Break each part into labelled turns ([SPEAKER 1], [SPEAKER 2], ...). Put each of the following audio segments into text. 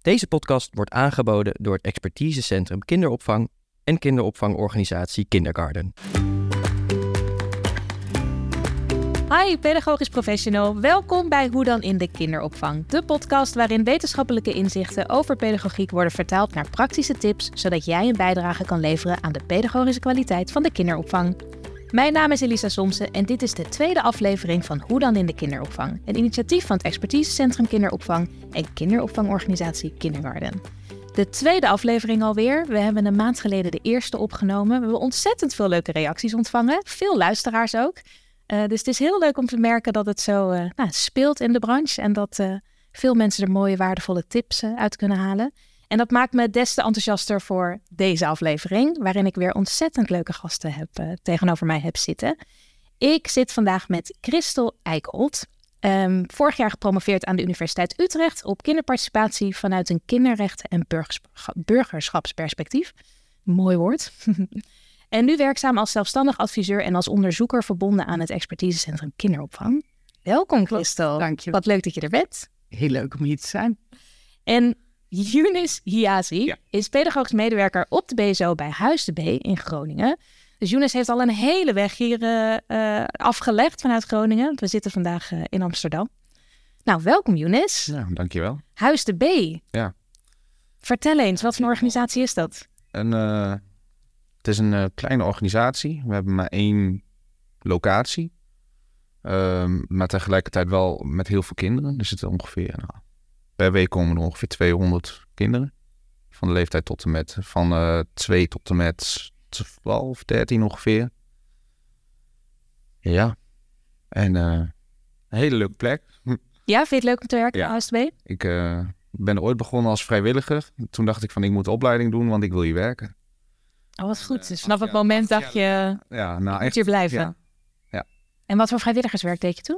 [SPEAKER 1] Deze podcast wordt aangeboden door het expertisecentrum kinderopvang en kinderopvangorganisatie Kindergarten.
[SPEAKER 2] Hi, pedagogisch professional. Welkom bij Hoe dan in de kinderopvang. De podcast waarin wetenschappelijke inzichten over pedagogiek worden vertaald naar praktische tips, zodat jij een bijdrage kan leveren aan de pedagogische kwaliteit van de kinderopvang. Mijn naam is Elisa Somsen en dit is de tweede aflevering van Hoe dan in de kinderopvang. Een initiatief van het expertisecentrum kinderopvang en kinderopvangorganisatie Kindergarten. De tweede aflevering alweer. We hebben een maand geleden de eerste opgenomen. We hebben ontzettend veel leuke reacties ontvangen. Veel luisteraars ook. Dus het is heel leuk om te merken dat het zo speelt in de branche. En dat veel mensen er mooie, waardevolle tips uit kunnen halen. En dat maakt me des te enthousiaster voor deze aflevering. Waarin ik weer ontzettend leuke gasten tegenover mij heb zitten. Ik zit vandaag met Christel Eickholt. Vorig jaar gepromoveerd aan de Universiteit Utrecht op kinderparticipatie vanuit een kinderrechten- en burgerschapsperspectief. Mooi woord. En nu werkzaam als zelfstandig adviseur en als onderzoeker verbonden aan het expertisecentrum kinderopvang. Welkom Christel.
[SPEAKER 3] Dank je.
[SPEAKER 2] Wat leuk dat je er bent.
[SPEAKER 3] Heel leuk om hier te zijn.
[SPEAKER 2] En Younes Hiazi is pedagogisch medewerker op de BSO bij Huis de B in Groningen. Dus Younes heeft al een hele weg hier afgelegd vanuit Groningen. Want we zitten vandaag in Amsterdam. Nou, welkom Younes.
[SPEAKER 4] Nou, dankjewel.
[SPEAKER 2] Huis de B.
[SPEAKER 4] Ja.
[SPEAKER 2] Vertel eens, wat voor een organisatie is dat?
[SPEAKER 4] Het is een kleine organisatie. We hebben maar 1 locatie. Maar tegelijkertijd wel met heel veel kinderen. Er zitten ongeveer, per week komen er ongeveer 200 kinderen. Van de leeftijd tot en met, van 2 tot en met 12, 13 ongeveer. Ja. En een hele leuke plek.
[SPEAKER 2] Ja, vind je het leuk om te werken bij Huis de B?
[SPEAKER 4] Ik ben ooit begonnen als vrijwilliger. Toen dacht ik van, ik moet de opleiding doen, want ik wil hier werken.
[SPEAKER 2] Oh, wat goed. Dus vanaf het moment dacht je, moet
[SPEAKER 4] echt,
[SPEAKER 2] hier blijven.
[SPEAKER 4] Ja.
[SPEAKER 2] En wat voor vrijwilligerswerk deed je toen?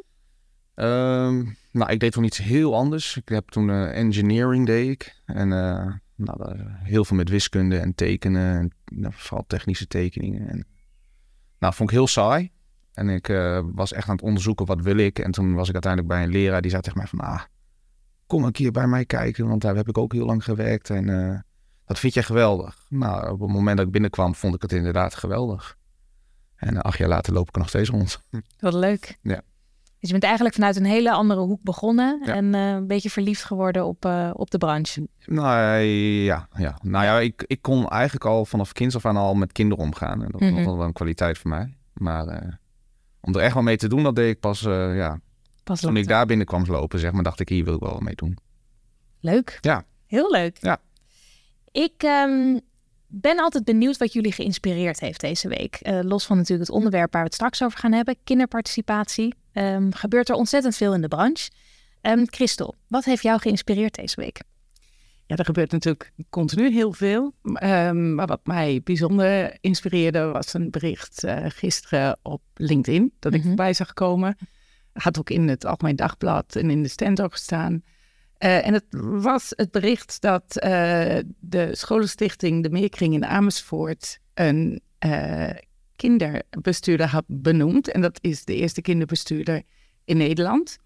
[SPEAKER 4] Ik deed toen iets heel anders. Ik heb toen engineering deed ik. En heel veel met wiskunde en tekenen. En, vooral technische tekeningen. En, vond ik heel saai. En ik was echt aan het onderzoeken, wat wil ik. En toen was ik uiteindelijk bij een leraar die zei tegen mij van, kom een keer bij mij kijken. Want daar heb ik ook heel lang gewerkt. En dat vind jij geweldig. Nou, op het moment dat ik binnenkwam, vond ik het inderdaad geweldig. En 8 jaar later loop ik er nog steeds rond.
[SPEAKER 2] Wat leuk.
[SPEAKER 4] Ja.
[SPEAKER 2] Dus je bent eigenlijk vanuit een hele andere hoek begonnen. Ja. En een beetje verliefd geworden op de branche.
[SPEAKER 4] Ik kon eigenlijk al vanaf kinds af aan al met kinderen omgaan. En dat was nog wel een kwaliteit voor mij. Maar om er echt wel mee te doen, dat deed ik pas toen ik daar binnen kwam lopen, zeg maar, dacht ik, hier wil ik wel mee doen.
[SPEAKER 2] Leuk.
[SPEAKER 4] Ja.
[SPEAKER 2] Heel leuk.
[SPEAKER 4] Ja.
[SPEAKER 2] Ik ben altijd benieuwd wat jullie geïnspireerd heeft deze week. Los van natuurlijk het onderwerp waar we het straks over gaan hebben. Kinderparticipatie. Gebeurt er ontzettend veel in de branche. Christel, wat heeft jou geïnspireerd deze week?
[SPEAKER 3] Ja, er gebeurt natuurlijk continu heel veel. Maar wat mij bijzonder inspireerde was een bericht gisteren op LinkedIn. Dat ik voorbij zag komen. Had ook in het Algemeen Dagblad en in de stand ook gestaan. En het was het bericht dat de scholenstichting De Meerkring in Amersfoort een kinderbestuurder had benoemd. En dat is de eerste kinderbestuurder in Nederland.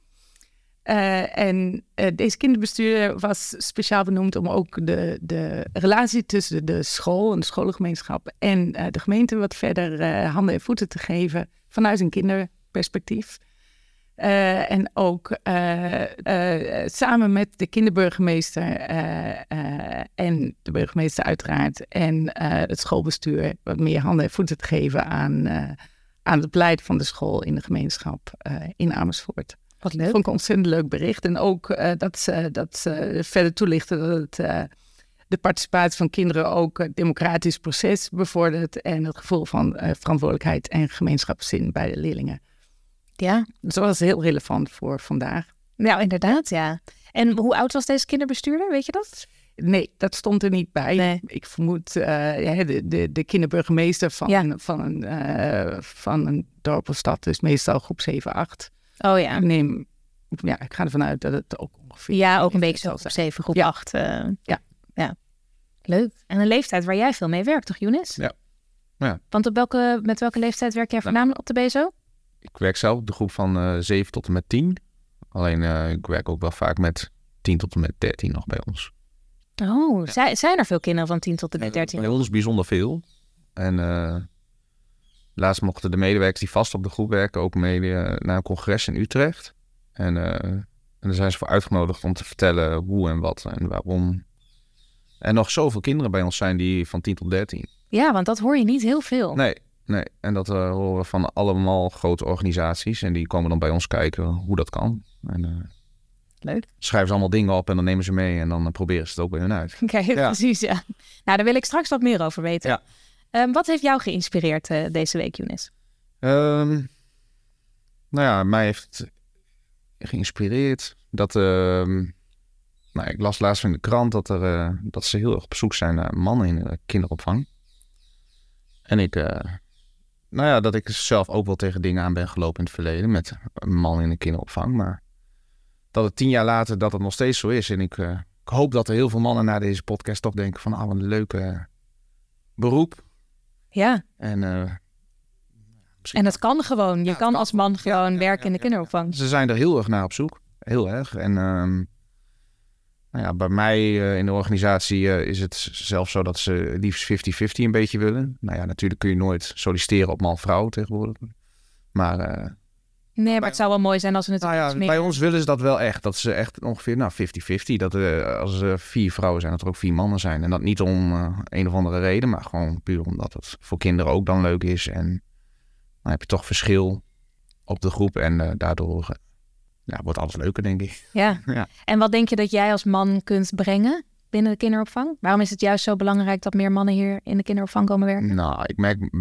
[SPEAKER 3] Deze kinderbestuurder was speciaal benoemd om ook de relatie tussen de school en de scholengemeenschap en de gemeente wat verder handen en voeten te geven vanuit een kinderperspectief. En ook samen met de kinderburgemeester en de burgemeester uiteraard en het schoolbestuur wat meer handen en voeten te geven aan het beleid van de school in de gemeenschap in Amersfoort.
[SPEAKER 2] Wat leuk.
[SPEAKER 3] Dat vond ik een ontzettend leuk bericht. En ook dat ze verder toelichten dat het de participatie van kinderen ook het democratisch proces bevordert en het gevoel van verantwoordelijkheid en gemeenschapszin bij de leerlingen.
[SPEAKER 2] Ja.
[SPEAKER 3] Dus dat was heel relevant voor vandaag.
[SPEAKER 2] Nou, inderdaad, ja. En hoe oud was deze kinderbestuurder, weet je dat?
[SPEAKER 3] Nee, dat stond er niet bij.
[SPEAKER 2] Nee.
[SPEAKER 3] Ik vermoed de kinderburgemeester van een dorp of stad, dus meestal groep 7, 8.
[SPEAKER 2] Oh ja.
[SPEAKER 3] Ik ga ervan uit dat het ook ongeveer...
[SPEAKER 2] Ja, ook een beetje zo groep 7, groep 8. Ja. Leuk. En een leeftijd waar jij veel mee werkt, toch Younes?
[SPEAKER 4] Ja.
[SPEAKER 2] Want met welke leeftijd werk jij voornamelijk op de BSO?
[SPEAKER 4] Ik werk zelf op de groep van 7 tot en met 10. Alleen ik werk ook wel vaak met 10 tot en met 13 nog bij ons.
[SPEAKER 2] Oh, zijn er veel kinderen van 10 tot 13?
[SPEAKER 4] Bij ons bijzonder veel. En laatst mochten de medewerkers die vast op de groep werken ook mee naar een congres in Utrecht. En daar zijn ze voor uitgenodigd om te vertellen hoe en wat en waarom. En nog zoveel kinderen bij ons zijn die van 10 tot 13.
[SPEAKER 2] Ja, want dat hoor je niet heel veel.
[SPEAKER 4] Nee. En dat horen we van allemaal grote organisaties. En die komen dan bij ons kijken hoe dat kan. En
[SPEAKER 2] leuk.
[SPEAKER 4] Schrijven ze allemaal dingen op en dan nemen ze mee. En dan proberen ze het ook bij hun uit.
[SPEAKER 2] Kijk, precies, ja. Nou, daar wil ik straks wat meer over weten. Ja. Wat heeft jou geïnspireerd deze week, Younes?
[SPEAKER 4] Mij heeft het geïnspireerd dat... ik las laatst in de krant dat ze heel erg op zoek zijn naar mannen in de kinderopvang. En dat ik zelf ook wel tegen dingen aan ben gelopen in het verleden met een man in de kinderopvang. Maar dat het 10 jaar later dat het nog steeds zo is. En ik hoop dat er heel veel mannen naar deze podcast toch denken van, wat een leuk beroep.
[SPEAKER 2] Ja.
[SPEAKER 4] En
[SPEAKER 2] het kan gewoon. Je kan als man gewoon werken in de kinderopvang.
[SPEAKER 4] Ze zijn er heel erg naar op zoek. Heel erg. En bij mij in de organisatie is het zelfs zo dat ze liefst 50-50 een beetje willen. Natuurlijk kun je nooit solliciteren op man-vrouw tegenwoordig. Maar...
[SPEAKER 2] maar het zou wel mooi zijn als we het
[SPEAKER 4] bij ons willen ze dat wel echt. Dat ze echt ongeveer 50-50. Dat als er 4 vrouwen zijn, dat er ook 4 mannen zijn. En dat niet om een of andere reden, maar gewoon puur omdat het voor kinderen ook dan leuk is. En dan heb je toch verschil op de groep en daardoor... wordt alles leuker, denk ik.
[SPEAKER 2] Ja. En wat denk je dat jij als man kunt brengen binnen de kinderopvang? Waarom is het juist zo belangrijk dat meer mannen hier in de kinderopvang komen werken?
[SPEAKER 4] Ik merk...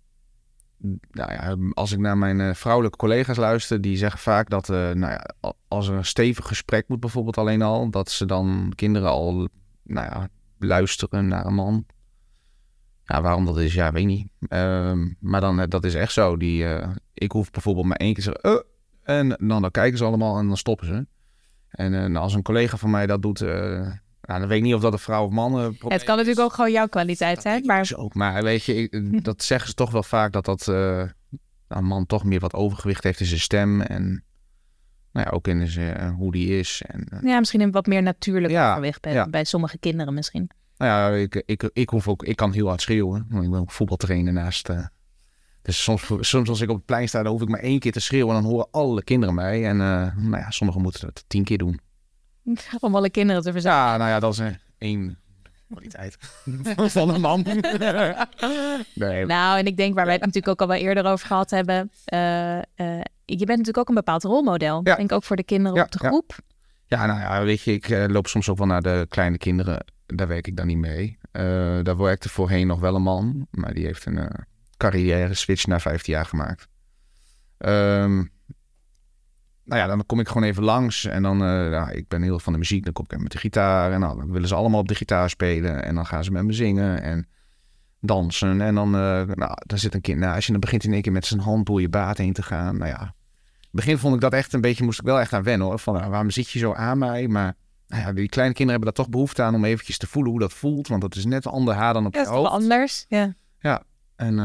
[SPEAKER 4] als ik naar mijn vrouwelijke collega's luister, die zeggen vaak dat als er een stevig gesprek moet bijvoorbeeld alleen al, dat ze dan kinderen al luisteren naar een man. Ja, waarom dat is, weet niet. Maar dan, dat is echt zo. Ik hoef bijvoorbeeld maar 1 keer te zeggen... En dan kijken ze allemaal en dan stoppen ze. En als een collega van mij dat doet... dan weet ik niet of dat een vrouw of man...
[SPEAKER 2] Het kan natuurlijk ook gewoon jouw kwaliteit zijn.
[SPEAKER 4] Maar weet je, dat zeggen ze toch wel vaak... dat een man toch meer wat overgewicht heeft in zijn stem. En ook in hoe die is. En,
[SPEAKER 2] misschien een wat meer natuurlijk overgewicht bij sommige kinderen misschien.
[SPEAKER 4] Ik kan heel hard schreeuwen. Want ik ben ook voetbaltrainer naast... Dus soms als ik op het plein sta, dan hoef ik maar 1 keer te schreeuwen en dan horen alle kinderen mij. En sommigen moeten het 10 keer doen.
[SPEAKER 2] Om alle kinderen te verzamelen.
[SPEAKER 4] Ja, dat is 1 kwaliteit van een man. Nee.
[SPEAKER 2] Nou, en ik denk waar wij het natuurlijk ook al wel eerder over gehad hebben. Je bent natuurlijk ook een bepaald rolmodel. Ja. Ik denk ook voor de kinderen op de groep.
[SPEAKER 4] Ja, weet je, ik loop soms ook wel naar de kleine kinderen. Daar werk ik dan niet mee. Daar werkte voorheen nog wel een man, maar die heeft een... carrière switch na 15 jaar gemaakt. Dan kom ik gewoon even langs en dan, ik ben heel van de muziek, dan kom ik met de gitaar en dan willen ze allemaal op de gitaar spelen en dan gaan ze met me zingen en dansen en dan, daar zit een kind, als je dan begint in één keer met zijn hand door je baard heen te gaan, in het begin vond ik dat echt een beetje, moest ik wel echt aan wennen hoor, van waarom zit je zo aan mij, maar die kleine kinderen hebben daar toch behoefte aan om eventjes te voelen hoe dat voelt, want dat is net een ander haar dan op je hoofd.
[SPEAKER 2] Dat is wel anders, ja.
[SPEAKER 4] Ja. En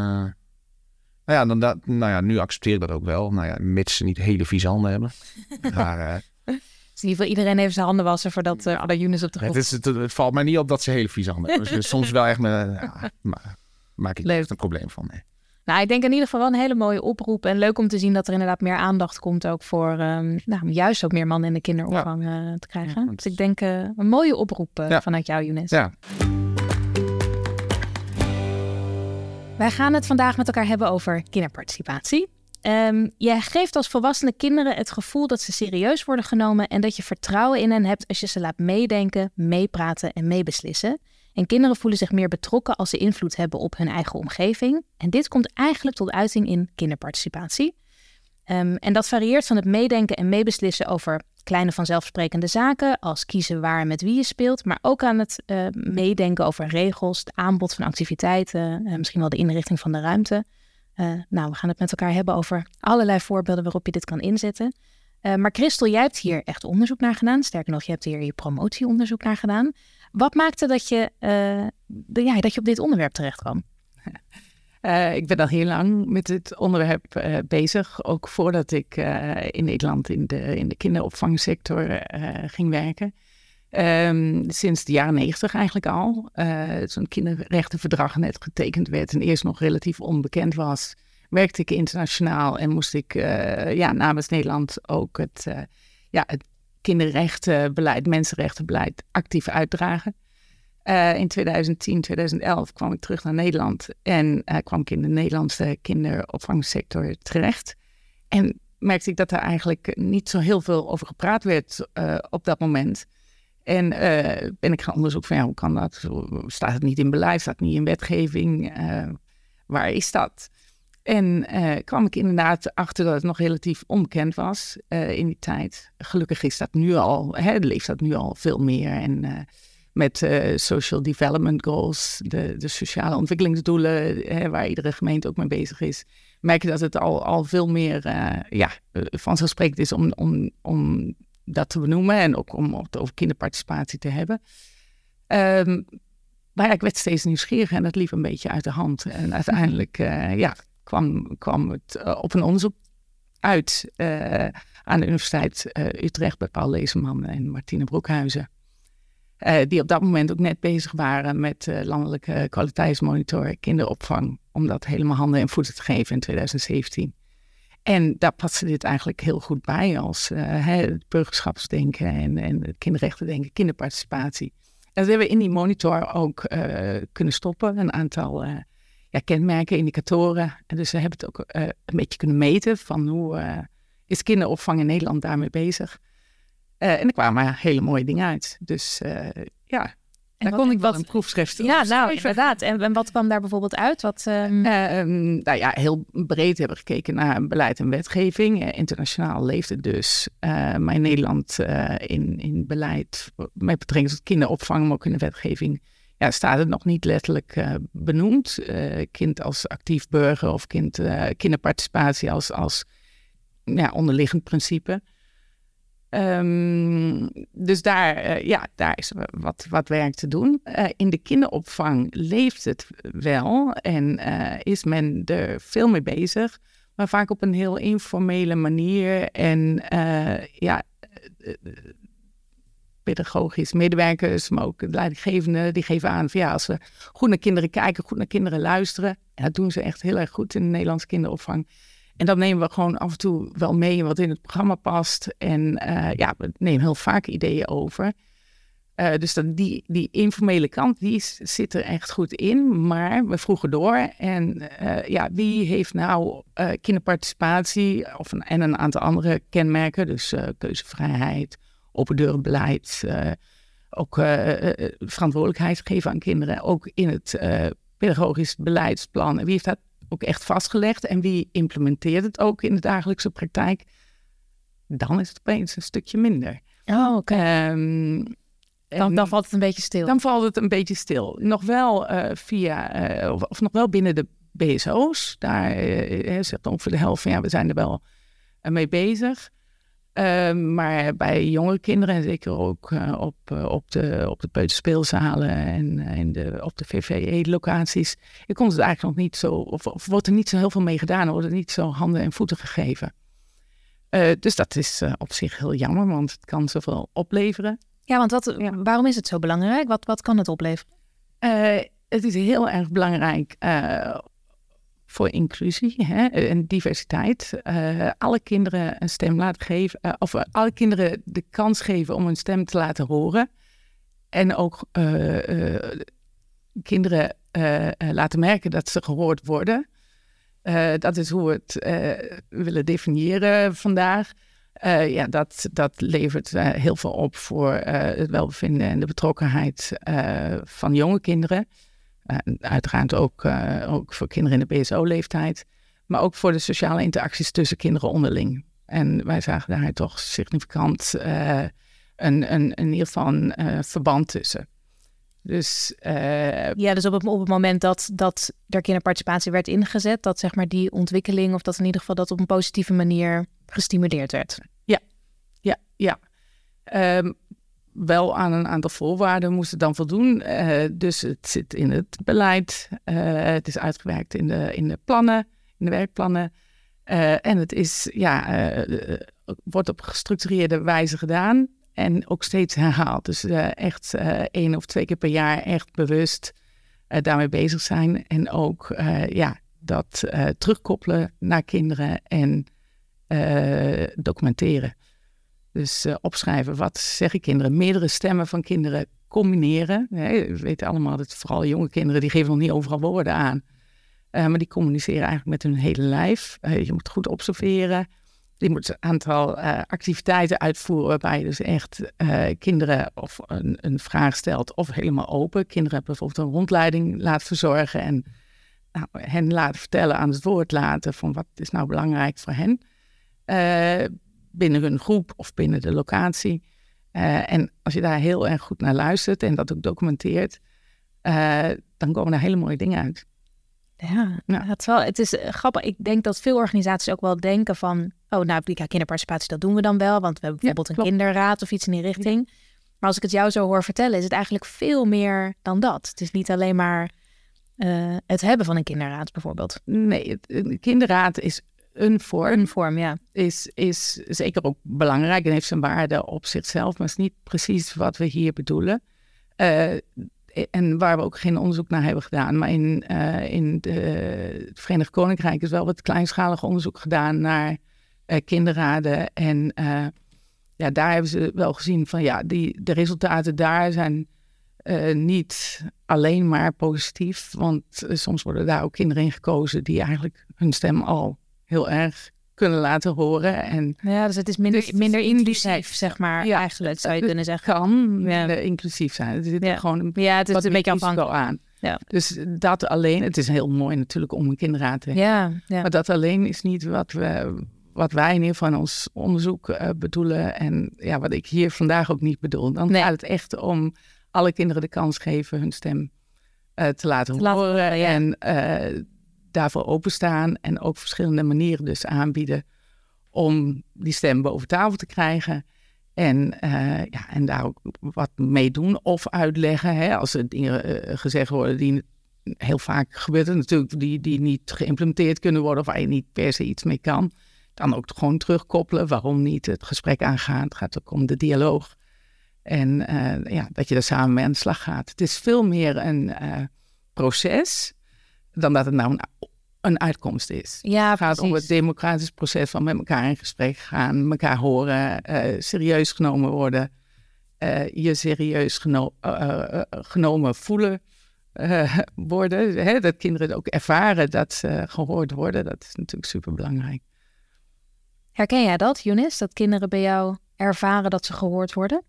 [SPEAKER 4] nu accepteer ik dat ook wel. Mits ze niet hele vieze handen hebben. Maar,
[SPEAKER 2] dus in ieder geval iedereen even zijn handen wassen voordat alle Younes op de grond.
[SPEAKER 4] Het valt mij niet op dat ze hele vieze handen hebben. Dus soms wel echt maak ik er echt een probleem van. Nee.
[SPEAKER 2] Nou, ik denk in ieder geval wel een hele mooie oproep. En leuk om te zien dat er inderdaad meer aandacht komt ook voor juist ook meer mannen in de kinderopvang te krijgen. Ja, dus ik denk een mooie oproep vanuit jou, Younes.
[SPEAKER 4] Ja.
[SPEAKER 2] Wij gaan het vandaag met elkaar hebben over kinderparticipatie. Je geeft als volwassene kinderen het gevoel dat ze serieus worden genomen en dat je vertrouwen in hen hebt als je ze laat meedenken, meepraten en meebeslissen. En kinderen voelen zich meer betrokken als ze invloed hebben op hun eigen omgeving. En dit komt eigenlijk tot uiting in kinderparticipatie. En dat varieert van het meedenken en meebeslissen over kleine vanzelfsprekende zaken, als kiezen waar en met wie je speelt, maar ook aan het meedenken over regels, het aanbod van activiteiten, misschien wel de inrichting van de ruimte. We gaan het met elkaar hebben over allerlei voorbeelden waarop je dit kan inzetten. Maar Christel, jij hebt hier echt onderzoek naar gedaan. Sterker nog, je hebt hier je promotieonderzoek naar gedaan. Wat maakte dat je op dit onderwerp terecht kwam?
[SPEAKER 3] Ik ben al heel lang met dit onderwerp bezig. Ook voordat ik in Nederland in de kinderopvangsector ging werken. Sinds de jaren 90 eigenlijk al. Zo'n kinderrechtenverdrag net getekend werd en eerst nog relatief onbekend was, werkte ik internationaal en moest ik namens Nederland ook het kinderrechtenbeleid, mensenrechtenbeleid actief uitdragen. In 2010, 2011 kwam ik terug naar Nederland en kwam ik in de Nederlandse kinderopvangsector terecht. En merkte ik dat er eigenlijk niet zo heel veel over gepraat werd op dat moment. En ben ik gaan onderzoeken van hoe kan dat? Staat het niet in beleid? Staat het niet in wetgeving? Waar is dat? En kwam ik inderdaad achter dat het nog relatief onbekend was in die tijd. Gelukkig is dat nu al, leeft dat nu al veel meer. En met Social Development Goals, de sociale ontwikkelingsdoelen, waar iedere gemeente ook mee bezig is, merk je dat het al veel meer vanzelfsprekend is om dat te benoemen en ook om het over kinderparticipatie te hebben. Maar ik werd steeds nieuwsgieriger en dat liep een beetje uit de hand. En uiteindelijk kwam het op een onderzoek uit aan de Universiteit Utrecht bij Paul Lezeman en Martine Broekhuizen. Die op dat moment ook net bezig waren met landelijke kwaliteitsmonitor kinderopvang. Om dat helemaal handen en voeten te geven in 2017. En daar paste dit eigenlijk heel goed bij als het burgerschapsdenken en het kinderrechtendenken, kinderparticipatie. En dat hebben we in die monitor ook kunnen stoppen. Een aantal kenmerken, indicatoren. En dus we hebben het ook een beetje kunnen meten van hoe is kinderopvang in Nederland daarmee bezig. En er kwamen hele mooie dingen uit. Dus daar kon ik wel een proefschrift over schrijven.
[SPEAKER 2] Inderdaad. En wat kwam daar bijvoorbeeld uit?
[SPEAKER 3] Heel breed hebben we gekeken naar beleid en wetgeving. Internationaal leeft het dus. Maar in Nederland in beleid met betrekking tot kinderopvang, maar ook in de wetgeving, staat het nog niet letterlijk benoemd. Kind als actief burger of kinderparticipatie als onderliggend principe. Dus daar is wat werk te doen. In de kinderopvang leeft het wel en is men er veel mee bezig, maar vaak op een heel informele manier. En pedagogisch medewerkers, maar ook leidinggevenden, die geven aan van als we goed naar kinderen kijken, goed naar kinderen luisteren. En dat doen ze echt heel erg goed in de Nederlandse kinderopvang. En dan nemen we gewoon af en toe wel mee wat in het programma past. En we nemen heel vaak ideeën over. Dus die informele kant, die zit er echt goed in. Maar we vroegen door. En wie heeft nou kinderparticipatie en een aantal andere kenmerken. Dus keuzevrijheid, open deurenbeleid. Ook verantwoordelijkheid geven aan kinderen. Ook in het pedagogisch beleidsplan. En wie heeft dat ook echt vastgelegd en wie implementeert het ook in de dagelijkse praktijk, dan is het opeens een stukje minder.
[SPEAKER 2] Oh, oké. Dan valt het een beetje stil.
[SPEAKER 3] Dan valt het een beetje stil. Nog wel nog wel binnen de BSO's. Daar zegt ongeveer de helft van we zijn er wel mee bezig. Maar bij jongere kinderen, en zeker ook op de peuterspeelzalen en op de VVE-locaties, komt het eigenlijk nog niet zo, of wordt er niet zo heel veel mee gedaan, wordt er niet zo handen en voeten gegeven. Dus dat is op zich heel jammer, want het kan zoveel opleveren.
[SPEAKER 2] Ja, want waarom is het zo belangrijk? Wat kan het opleveren?
[SPEAKER 3] Het is heel erg belangrijk voor inclusie en diversiteit. Alle kinderen een stem laten geven, of alle kinderen de kans geven om hun stem te laten horen. En ook kinderen laten merken dat ze gehoord worden. Dat is hoe we het willen definiëren vandaag. Dat levert heel veel op voor het welbevinden en de betrokkenheid van jonge kinderen. Uiteraard ook voor kinderen in de BSO-leeftijd. Maar ook voor de sociale interacties tussen kinderen onderling. En wij zagen daar toch significant in ieder geval een verband tussen. Dus,
[SPEAKER 2] dus op het moment dat er kinderparticipatie werd ingezet, dat zeg maar die ontwikkeling, of dat in ieder geval dat op een positieve manier gestimuleerd werd.
[SPEAKER 3] Ja. Wel aan een aantal voorwaarden moesten dan voldoen. Dus het zit in het beleid. Het is uitgewerkt in de plannen, in de werkplannen. En het is, wordt op gestructureerde wijze gedaan. En ook steeds herhaald. Dus echt 1 of 2 keer per jaar echt bewust daarmee bezig zijn. En ook dat terugkoppelen naar kinderen en documenteren. Dus opschrijven, wat zeggen kinderen? Meerdere stemmen van kinderen combineren. We weten allemaal dat vooral jonge kinderen, die geven nog niet overal woorden aan. Maar die communiceren eigenlijk met hun hele lijf. Je moet goed observeren. Je moet een aantal activiteiten uitvoeren waarbij je dus echt kinderen of een vraag stelt of helemaal open. Kinderen bijvoorbeeld een rondleiding laat verzorgen en hen laten vertellen, aan het woord laten van wat is nou belangrijk voor hen. Binnen hun groep of binnen de locatie. En als je daar heel erg goed naar luistert en dat ook documenteert, dan komen er hele mooie dingen uit.
[SPEAKER 2] Ja. Het is grappig. Ik denk dat veel organisaties ook wel denken van, kinderparticipatie, dat doen we dan wel, want we hebben bijvoorbeeld een kinderraad of iets in die richting. Ja. Maar als ik het jou zo hoor vertellen, is het eigenlijk veel meer dan dat. Het is niet alleen maar het hebben van een kinderraad bijvoorbeeld.
[SPEAKER 3] Nee, een kinderraad is een vorm.
[SPEAKER 2] Een vorm, ja.
[SPEAKER 3] Is zeker ook belangrijk en heeft zijn waarde op zichzelf, maar is niet precies wat we hier bedoelen. En waar we ook geen onderzoek naar hebben gedaan. Maar in het Verenigd Koninkrijk is wel wat kleinschalig onderzoek gedaan naar kinderraden. En daar hebben ze wel gezien van de resultaten daar zijn niet alleen maar positief. Want soms worden daar ook kinderen in gekozen die eigenlijk hun stem al heel erg kunnen laten horen. En
[SPEAKER 2] dus het is minder inclusief, zeg maar, eigenlijk, zou je kunnen zeggen.
[SPEAKER 3] Het kan inclusief zijn. Het zit gewoon
[SPEAKER 2] het is een beetje afhankelijk
[SPEAKER 3] aan.
[SPEAKER 2] Ja.
[SPEAKER 3] Dus dat alleen, het is heel mooi natuurlijk om een kinderraad te hebben. Ja. Maar dat alleen is niet wat wij in ieder geval in ons onderzoek bedoelen. En wat ik hier vandaag ook niet bedoel. Dan gaat het echt om alle kinderen de kans geven hun stem te laten horen. En daarvoor openstaan en ook verschillende manieren dus aanbieden om die stem boven tafel te krijgen. En daar ook wat mee doen of uitleggen. Hè, als er dingen gezegd worden die heel vaak gebeurt het natuurlijk, die niet geïmplementeerd kunnen worden of waar je niet per se iets mee kan. Dan ook gewoon terugkoppelen. Waarom niet het gesprek aangaan? Het gaat ook om de dialoog. En dat je er samen mee aan de slag gaat. Het is veel meer een proces dan dat het nou een uitkomst is.
[SPEAKER 2] Ja,
[SPEAKER 3] het gaat om het democratisch proces van met elkaar in gesprek gaan, elkaar horen, serieus genomen worden, je serieus genomen voelen worden. Hè? Dat kinderen ook ervaren dat ze gehoord worden. Dat is natuurlijk superbelangrijk.
[SPEAKER 2] Herken jij dat, Younis? Dat kinderen bij jou ervaren dat ze gehoord worden?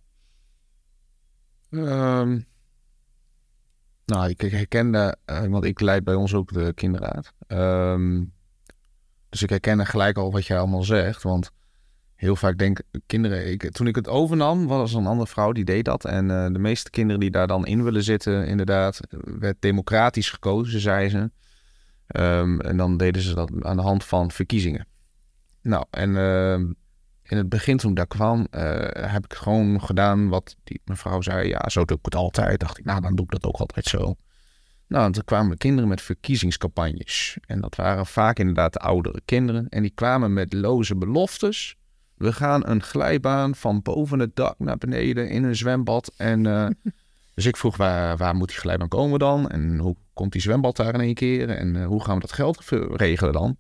[SPEAKER 4] Ik herkende, want ik leid bij ons ook de kinderraad. Dus ik herken gelijk al wat jij allemaal zegt. Want heel vaak denk kinderen... Toen ik het overnam, was er een andere vrouw die deed dat. En de meeste kinderen die daar dan in willen zitten, inderdaad, werd democratisch gekozen, zei ze. En dan deden ze dat aan de hand van verkiezingen. Nou, en in het begin toen ik daar kwam, heb ik gewoon gedaan wat die mevrouw zei. Ja, zo doe ik het altijd. Dacht ik, dan doe ik dat ook altijd zo. Nou, en toen kwamen kinderen met verkiezingscampagnes. En dat waren vaak inderdaad de oudere kinderen. En die kwamen met loze beloftes. We gaan een glijbaan van boven het dak naar beneden in een zwembad. En dus ik vroeg, waar moet die glijbaan komen dan? En hoe komt die zwembad daar in één keer? En hoe gaan we dat geld regelen dan?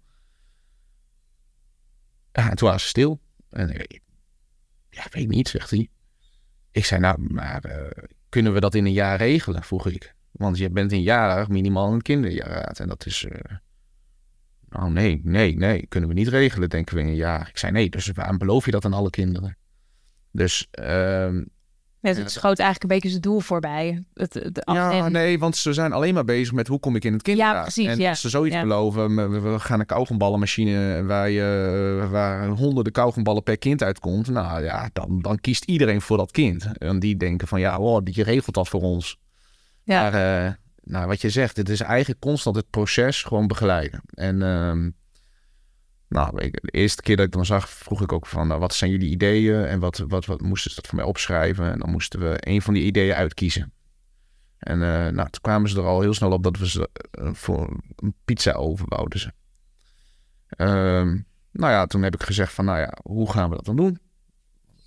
[SPEAKER 4] Ja, en toen waren ze stil. En ik weet niet, zegt hij. Ik zei, kunnen we dat in een jaar regelen, vroeg ik. Want je bent een jaar minimaal een kinderraad. En dat is... nee, kunnen we niet regelen, denken we in een jaar. Ik zei, nee, dus waarom beloof je dat aan alle kinderen? Dus...
[SPEAKER 2] het schoot eigenlijk een beetje zijn doel voorbij.
[SPEAKER 4] Nee, want ze zijn alleen maar bezig met hoe kom ik in het kinderraad.
[SPEAKER 2] Ja, precies,
[SPEAKER 4] en als ze zoiets beloven, we gaan een kauwgomballenmachine waar honderden kauwgomballen per kind uitkomt. Nou ja, dan kiest iedereen voor dat kind. En die denken van die regelt dat voor ons. Ja. Maar wat je zegt, het is eigenlijk constant het proces gewoon begeleiden. En de eerste keer dat ik dan zag, vroeg ik ook van, wat zijn jullie ideeën? En wat moesten ze dat voor mij opschrijven? En dan moesten we een van die ideeën uitkiezen. En toen kwamen ze er al heel snel op dat we ze voor een pizza oven wouden ze. Toen heb ik gezegd van, hoe gaan we dat dan doen?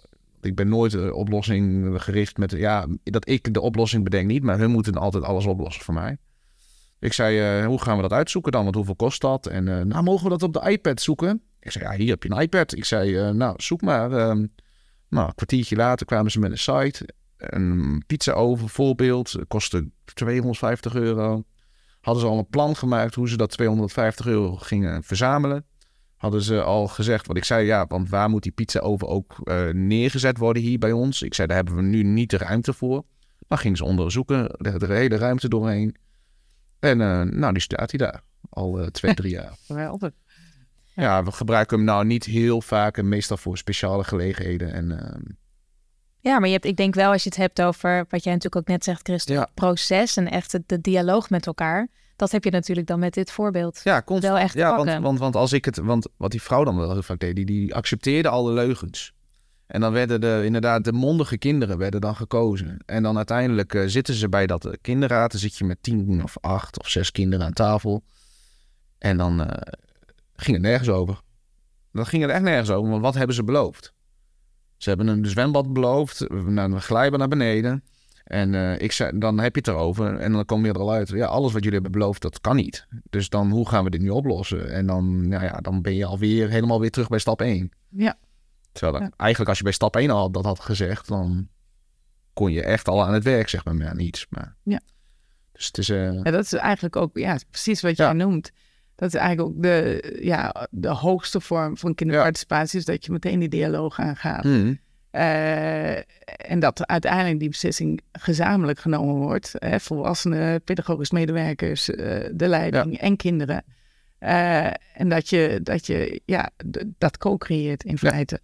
[SPEAKER 4] Ik ben nooit de oplossing gericht met... dat ik de oplossing bedenk niet, maar hun moeten altijd alles oplossen voor mij. Ik zei, hoe gaan we dat uitzoeken dan? Want hoeveel kost dat? En mogen we dat op de iPad zoeken? Ik zei, hier heb je een iPad. Ik zei, zoek maar. Een kwartiertje later kwamen ze met een site. Een pizza-oven, voorbeeld, kostte €250. Hadden ze al een plan gemaakt hoe ze dat €250 gingen verzamelen. Hadden ze al gezegd, wat ik zei, want waar moet die pizza-oven ook neergezet worden hier bij ons? Ik zei, daar hebben we nu niet de ruimte voor. Dan gingen ze onderzoeken, de hele ruimte doorheen. En die staat hij daar, al 2-3 jaar.
[SPEAKER 3] Geweldig.
[SPEAKER 4] Ja, we gebruiken hem nou niet heel vaak en meestal voor speciale gelegenheden.
[SPEAKER 2] Ja, maar ik denk wel als je het hebt over, wat jij natuurlijk ook net zegt, Christel, het proces en echt de dialoog met elkaar. Dat heb je natuurlijk dan met dit voorbeeld wel echt pakken.
[SPEAKER 4] Want wat die vrouw dan wel heel vaak deed, die accepteerde alle leugens. En dan werden inderdaad de mondige kinderen werden dan gekozen. En dan uiteindelijk zitten ze bij dat kinderraad. Dan zit je met 10 of 8 of 6 kinderen aan tafel. En dan ging het nergens over. Dan ging het echt nergens over, want wat hebben ze beloofd? Ze hebben een zwembad beloofd, een glijbaan naar beneden. En ik zei, dan heb je het erover. En dan kom je er al uit. Ja, alles wat jullie hebben beloofd, dat kan niet. Dus dan, hoe gaan we dit nu oplossen? En dan, dan ben je alweer helemaal weer terug bij stap 1.
[SPEAKER 3] Ja.
[SPEAKER 4] Terwijl eigenlijk als je bij stap 1 al dat had gezegd, dan kon je echt al aan het werk, zeg maar. Maar niets. Maar...
[SPEAKER 3] Ja.
[SPEAKER 4] Dus het is...
[SPEAKER 3] dat is eigenlijk ook, precies wat jij noemt. Dat is eigenlijk ook de hoogste vorm van kinderparticipatie, is dat je meteen die dialoog aangaat. En dat uiteindelijk die beslissing gezamenlijk genomen wordt. Volwassenen, pedagogisch medewerkers, de leiding en kinderen. En dat je dat co-creëert in feite.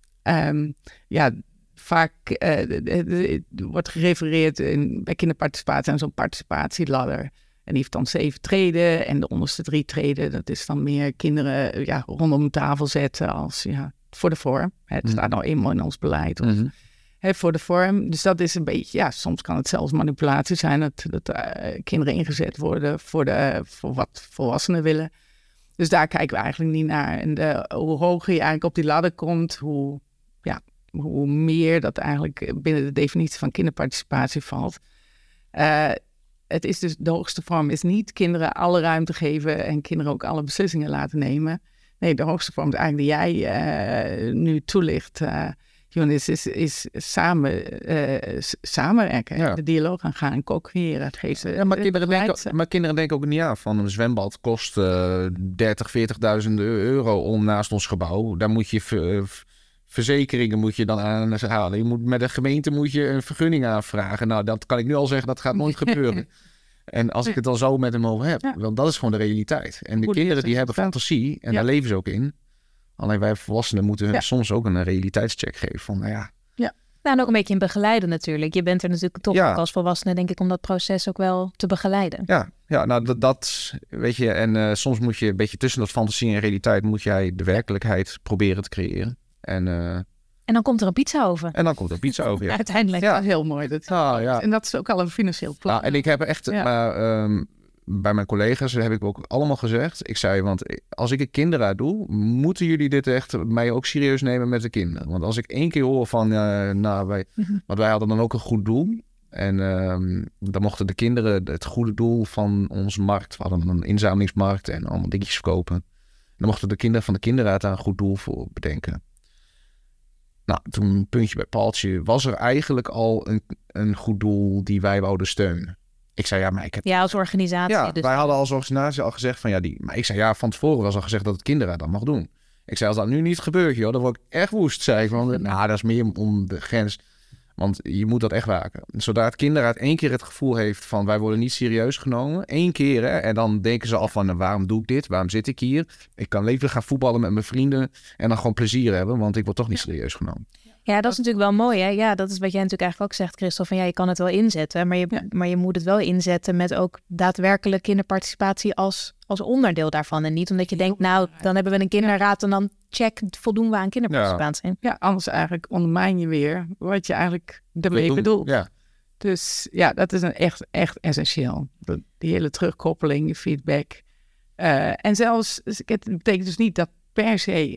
[SPEAKER 3] Vaak wordt gerefereerd bij kinderparticipatie aan zo'n participatieladder. En die heeft dan 7 treden en de onderste 3 treden, dat is dan meer kinderen rondom een tafel zetten als voor de vorm. Het staat nou eenmaal in ons beleid. Of, voor de vorm. Dus dat is een beetje, soms kan het zelfs manipulatie zijn dat kinderen ingezet worden voor wat volwassenen willen. Dus daar kijken we eigenlijk niet naar. En hoe hoger je eigenlijk op die ladder komt, hoe meer dat eigenlijk binnen de definitie van kinderparticipatie valt. Het is dus, de hoogste vorm is niet kinderen alle ruimte geven en kinderen ook alle beslissingen laten nemen. Nee, de hoogste vorm is eigenlijk die jij nu toelicht, Jonas, is samenwerken. De dialoog aan gaan en co-creëren.
[SPEAKER 4] Maar kinderen denken ook niet aan van een zwembad kost 30.000-40.000 euro om naast ons gebouw. Daar moet je verzekeringen moet je dan aan halen. Met de gemeente moet je een vergunning aanvragen. Nou, dat kan ik nu al zeggen, dat gaat nooit gebeuren. En als ik het dan zo met hem over heb, want dat is gewoon de realiteit. En de kinderen die hebben fantasie en daar leven ze ook in. Alleen wij volwassenen moeten hun soms ook een realiteitscheck geven van,
[SPEAKER 2] En ook een beetje in begeleiden natuurlijk. Je bent er natuurlijk toch ook als volwassene, denk ik, om dat proces ook wel te begeleiden.
[SPEAKER 4] Ja, nou dat weet je. En soms moet je een beetje tussen dat fantasie en realiteit moet jij de werkelijkheid proberen te creëren.
[SPEAKER 2] En dan komt er een pizza over.
[SPEAKER 4] Ja.
[SPEAKER 2] Uiteindelijk.
[SPEAKER 3] Ja, heel mooi. En dat is ook al een financieel plan.
[SPEAKER 4] En ik heb echt, bij mijn collega's heb ik ook allemaal gezegd. Ik zei, want als ik een kinderraad doe, moeten jullie dit echt mij ook serieus nemen met de kinderen. Want als ik 1 keer hoor van, want wij hadden dan ook een goed doel. En dan mochten de kinderen het goede doel van onze markt, we hadden een inzamelingsmarkt en allemaal dingetjes verkopen. En dan mochten de kinderen van de kinderraad daar een goed doel voor bedenken. Nou, toen puntje bij paaltje was er eigenlijk al een goed doel die wij wouden steunen. Ik zei, maar ik heb...
[SPEAKER 2] Ja, als organisatie.
[SPEAKER 4] Ja,
[SPEAKER 2] dus
[SPEAKER 4] wij hadden als organisatie al gezegd van maar ik zei, van tevoren was al gezegd dat het kinderraad dat mag doen. Ik zei, als dat nu niet gebeurt, joh, dan word ik echt woest. Zei ik, van, dat is meer om de grens. Want je moet dat echt waken. Zodra het kinderraad 1 keer het gevoel heeft van, wij worden niet serieus genomen. 1 keer, hè, en dan denken ze al van, waarom doe ik dit? Waarom zit ik hier? Ik kan leven gaan voetballen met mijn vrienden en dan gewoon plezier hebben, want ik word toch niet serieus genomen.
[SPEAKER 2] Ja, dat is natuurlijk wel mooi, hè? Ja, dat is wat jij natuurlijk eigenlijk ook zegt, Christel, van je kan het wel inzetten, maar je moet het wel inzetten met ook daadwerkelijk kinderparticipatie als onderdeel daarvan. En niet omdat je denkt, dan hebben we een kinderraad en dan voldoen we aan kinderparticipatie.
[SPEAKER 3] Ja, anders eigenlijk ondermijn je weer wat je eigenlijk ermee bedoelt. Ja. Dus dat is echt essentieel. Die hele terugkoppeling, feedback. En zelfs, het betekent dus niet dat per se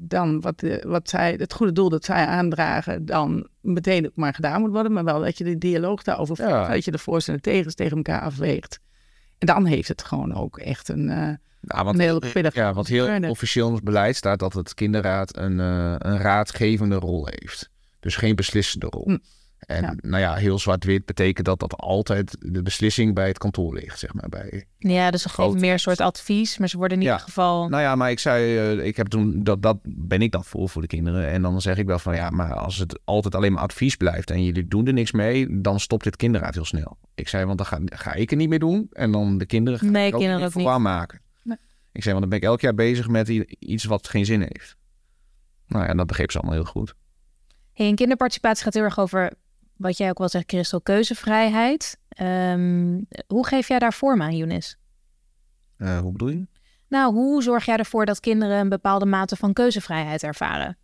[SPEAKER 3] dan wat zij, het goede doel dat zij aandragen, dan meteen ook maar gedaan moet worden. Maar wel dat je de dialoog daarover voert, dat je de voor's en de tegens tegen elkaar afweegt. En dan heeft het gewoon ook echt een heel pittig.
[SPEAKER 4] Ja, wat heel officieel in ons beleid staat dat het kinderraad een raadgevende rol heeft. Dus geen beslissende rol. En heel zwart-wit betekent dat altijd de beslissing bij het kantoor ligt, zeg maar.
[SPEAKER 2] Dus ze geven meer een soort advies, maar ze worden in ieder geval...
[SPEAKER 4] maar ik zei, ik heb toen, dat ben ik dan voor de kinderen. En dan zeg ik wel van, maar als het altijd alleen maar advies blijft en jullie doen er niks mee, dan stopt dit kinderraad heel snel. Ik zei, want dan ga ik er niet meer doen en dan de kinderen gaan er ook niet voor aanmaken. Nee. Ik zei, want dan ben ik elk jaar bezig met iets wat geen zin heeft. Dat begreep ze allemaal heel goed.
[SPEAKER 2] En kinderparticipatie gaat heel erg over... Wat jij ook wel zegt, Christel, keuzevrijheid. Hoe geef jij daar vorm aan, Younis?
[SPEAKER 4] Hoe bedoel je?
[SPEAKER 2] Nou, hoe zorg jij ervoor dat kinderen een bepaalde mate van keuzevrijheid ervaren?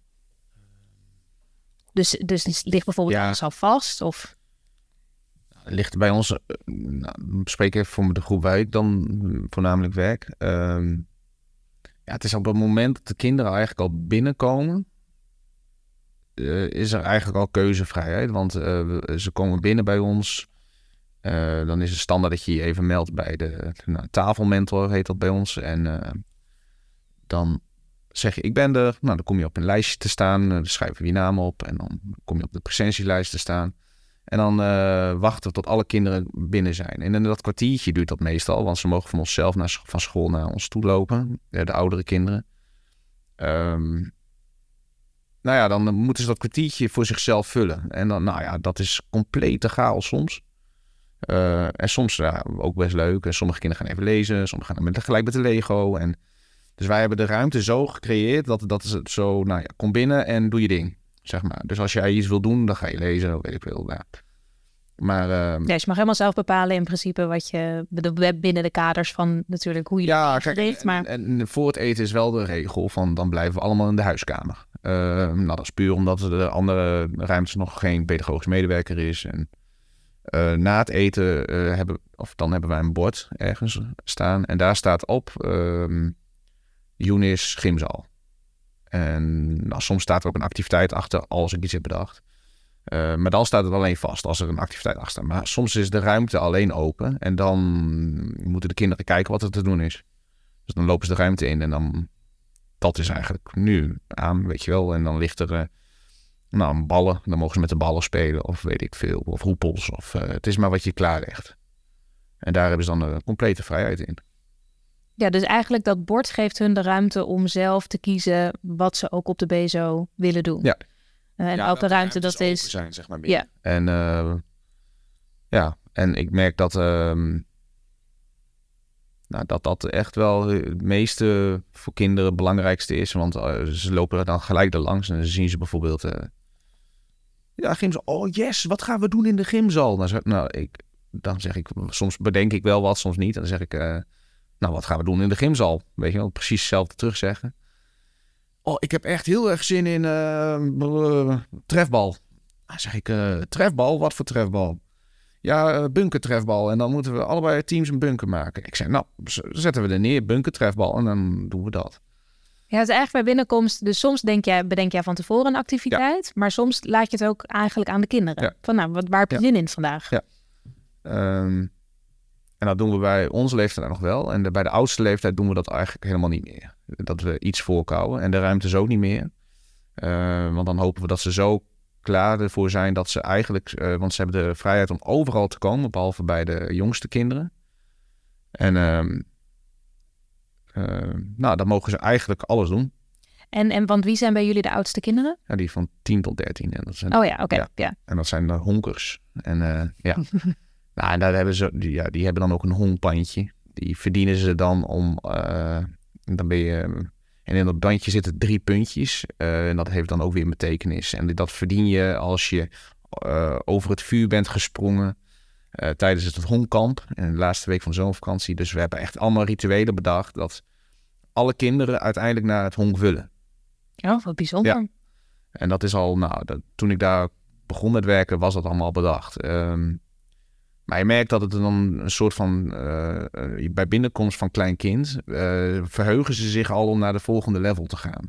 [SPEAKER 2] Dus ligt bijvoorbeeld alles al vast? Of?
[SPEAKER 4] Ligt bij ons, spreek even voor de groep waar ik dan voornamelijk werk. Het is op het moment dat de kinderen eigenlijk al binnenkomen... is er eigenlijk al keuzevrijheid. Want ze komen binnen bij ons. Dan is het standaard dat je je even meldt bij de tafelmentor, heet dat bij ons. En dan zeg je, ik ben er. Dan kom je op een lijstje te staan. Dan schrijven we je naam op. En dan kom je op de presentielijst te staan. En dan wachten we tot alle kinderen binnen zijn. En in dat kwartiertje duurt dat meestal. Want ze mogen van onszelf van school naar ons toe lopen. De oudere kinderen. Dan moeten ze dat kwartiertje voor zichzelf vullen. En dan, dat is complete chaos soms. En soms ook best leuk. En sommige kinderen gaan even lezen. Sommigen gaan gelijk met de Lego. En dus wij hebben de ruimte zo gecreëerd dat is het zo, kom binnen en doe je ding, zeg maar. Dus als jij iets wil doen, dan ga je lezen, weet ik veel. Ja. Maar,
[SPEAKER 2] dus je mag helemaal zelf bepalen in principe wat je binnen de kaders van natuurlijk hoe je het ingericht. Maar...
[SPEAKER 4] En voor het eten is wel de regel van dan blijven we allemaal in de huiskamer. Dat is puur omdat er de andere ruimtes nog geen pedagogisch medewerker is. En na het eten hebben wij een bord ergens staan. En daar staat op Younis gymzaal. En soms staat er ook een activiteit achter als ik iets heb bedacht. Maar dan staat het alleen vast als er een activiteit achter staat. Maar soms is de ruimte alleen open. En dan moeten de kinderen kijken wat er te doen is. Dus dan lopen ze de ruimte in en dan... Dat is eigenlijk nu aan, weet je wel. En dan ligt er ballen. Dan mogen ze met de ballen spelen of weet ik veel. Of hoepels. Of het is maar wat je klaarlegt. En daar hebben ze dan de complete vrijheid in.
[SPEAKER 2] Ja, dus eigenlijk dat bord geeft hun de ruimte om zelf te kiezen wat ze ook op de BSO willen doen.
[SPEAKER 4] Ja.
[SPEAKER 2] En ook de ruimte dat is...
[SPEAKER 4] zijn, zeg maar. Ja. En ik merk dat... dat echt wel het meeste voor kinderen het belangrijkste is. Want ze lopen er dan gelijk er langs. En dan zien ze bijvoorbeeld... gymzaal. Oh yes, wat gaan we doen in de gymzaal? Dan zeg ik... Soms bedenk ik wel wat, soms niet. En dan zeg ik... wat gaan we doen in de gymzaal? Weet je wel, precies hetzelfde terugzeggen. Oh, ik heb echt heel erg zin in trefbal. Dan zeg ik, trefbal? Wat voor trefbal? Ja, bunkertrefbal. En dan moeten we allebei teams een bunker maken. Ik zei, zetten we er neer, bunkertrefbal. En dan doen we dat.
[SPEAKER 2] Ja, het is eigenlijk bij binnenkomst. Dus soms bedenk jij van tevoren een activiteit. Ja. Maar soms laat je het ook eigenlijk aan de kinderen. Ja. Van waar heb je zin in vandaag?
[SPEAKER 4] Ja. En dat doen we bij onze leeftijd nog wel. En bij de oudste leeftijd doen we dat eigenlijk helemaal niet meer. Dat we iets voorkouwen. En de ruimte ook niet meer. Want dan hopen we dat ze zo klaar ervoor zijn dat ze eigenlijk... want ze hebben de vrijheid om overal te komen, behalve bij de jongste kinderen. En dan mogen ze eigenlijk alles doen.
[SPEAKER 2] En want wie zijn bij jullie de oudste kinderen?
[SPEAKER 4] Ja, die van 10 tot 13. En dat zijn,
[SPEAKER 2] oké. Ja.
[SPEAKER 4] En dat zijn de honkers. En en daar hebben ze, die hebben dan ook een honkbandje. Die verdienen ze dan om... dan ben je... En in dat bandje zitten 3 puntjes. En dat heeft dan ook weer een betekenis. En dat verdien je als je over het vuur bent gesprongen tijdens het honkkamp. En de laatste week van de zomervakantie. Dus we hebben echt allemaal rituelen bedacht dat alle kinderen uiteindelijk naar het honk willen.
[SPEAKER 2] Ja, wat bijzonder. Ja.
[SPEAKER 4] En dat is al, toen ik daar begon met werken, was dat allemaal bedacht. Maar je merkt dat het dan een soort van... bij binnenkomst van klein kind... verheugen ze zich al om naar de volgende level te gaan.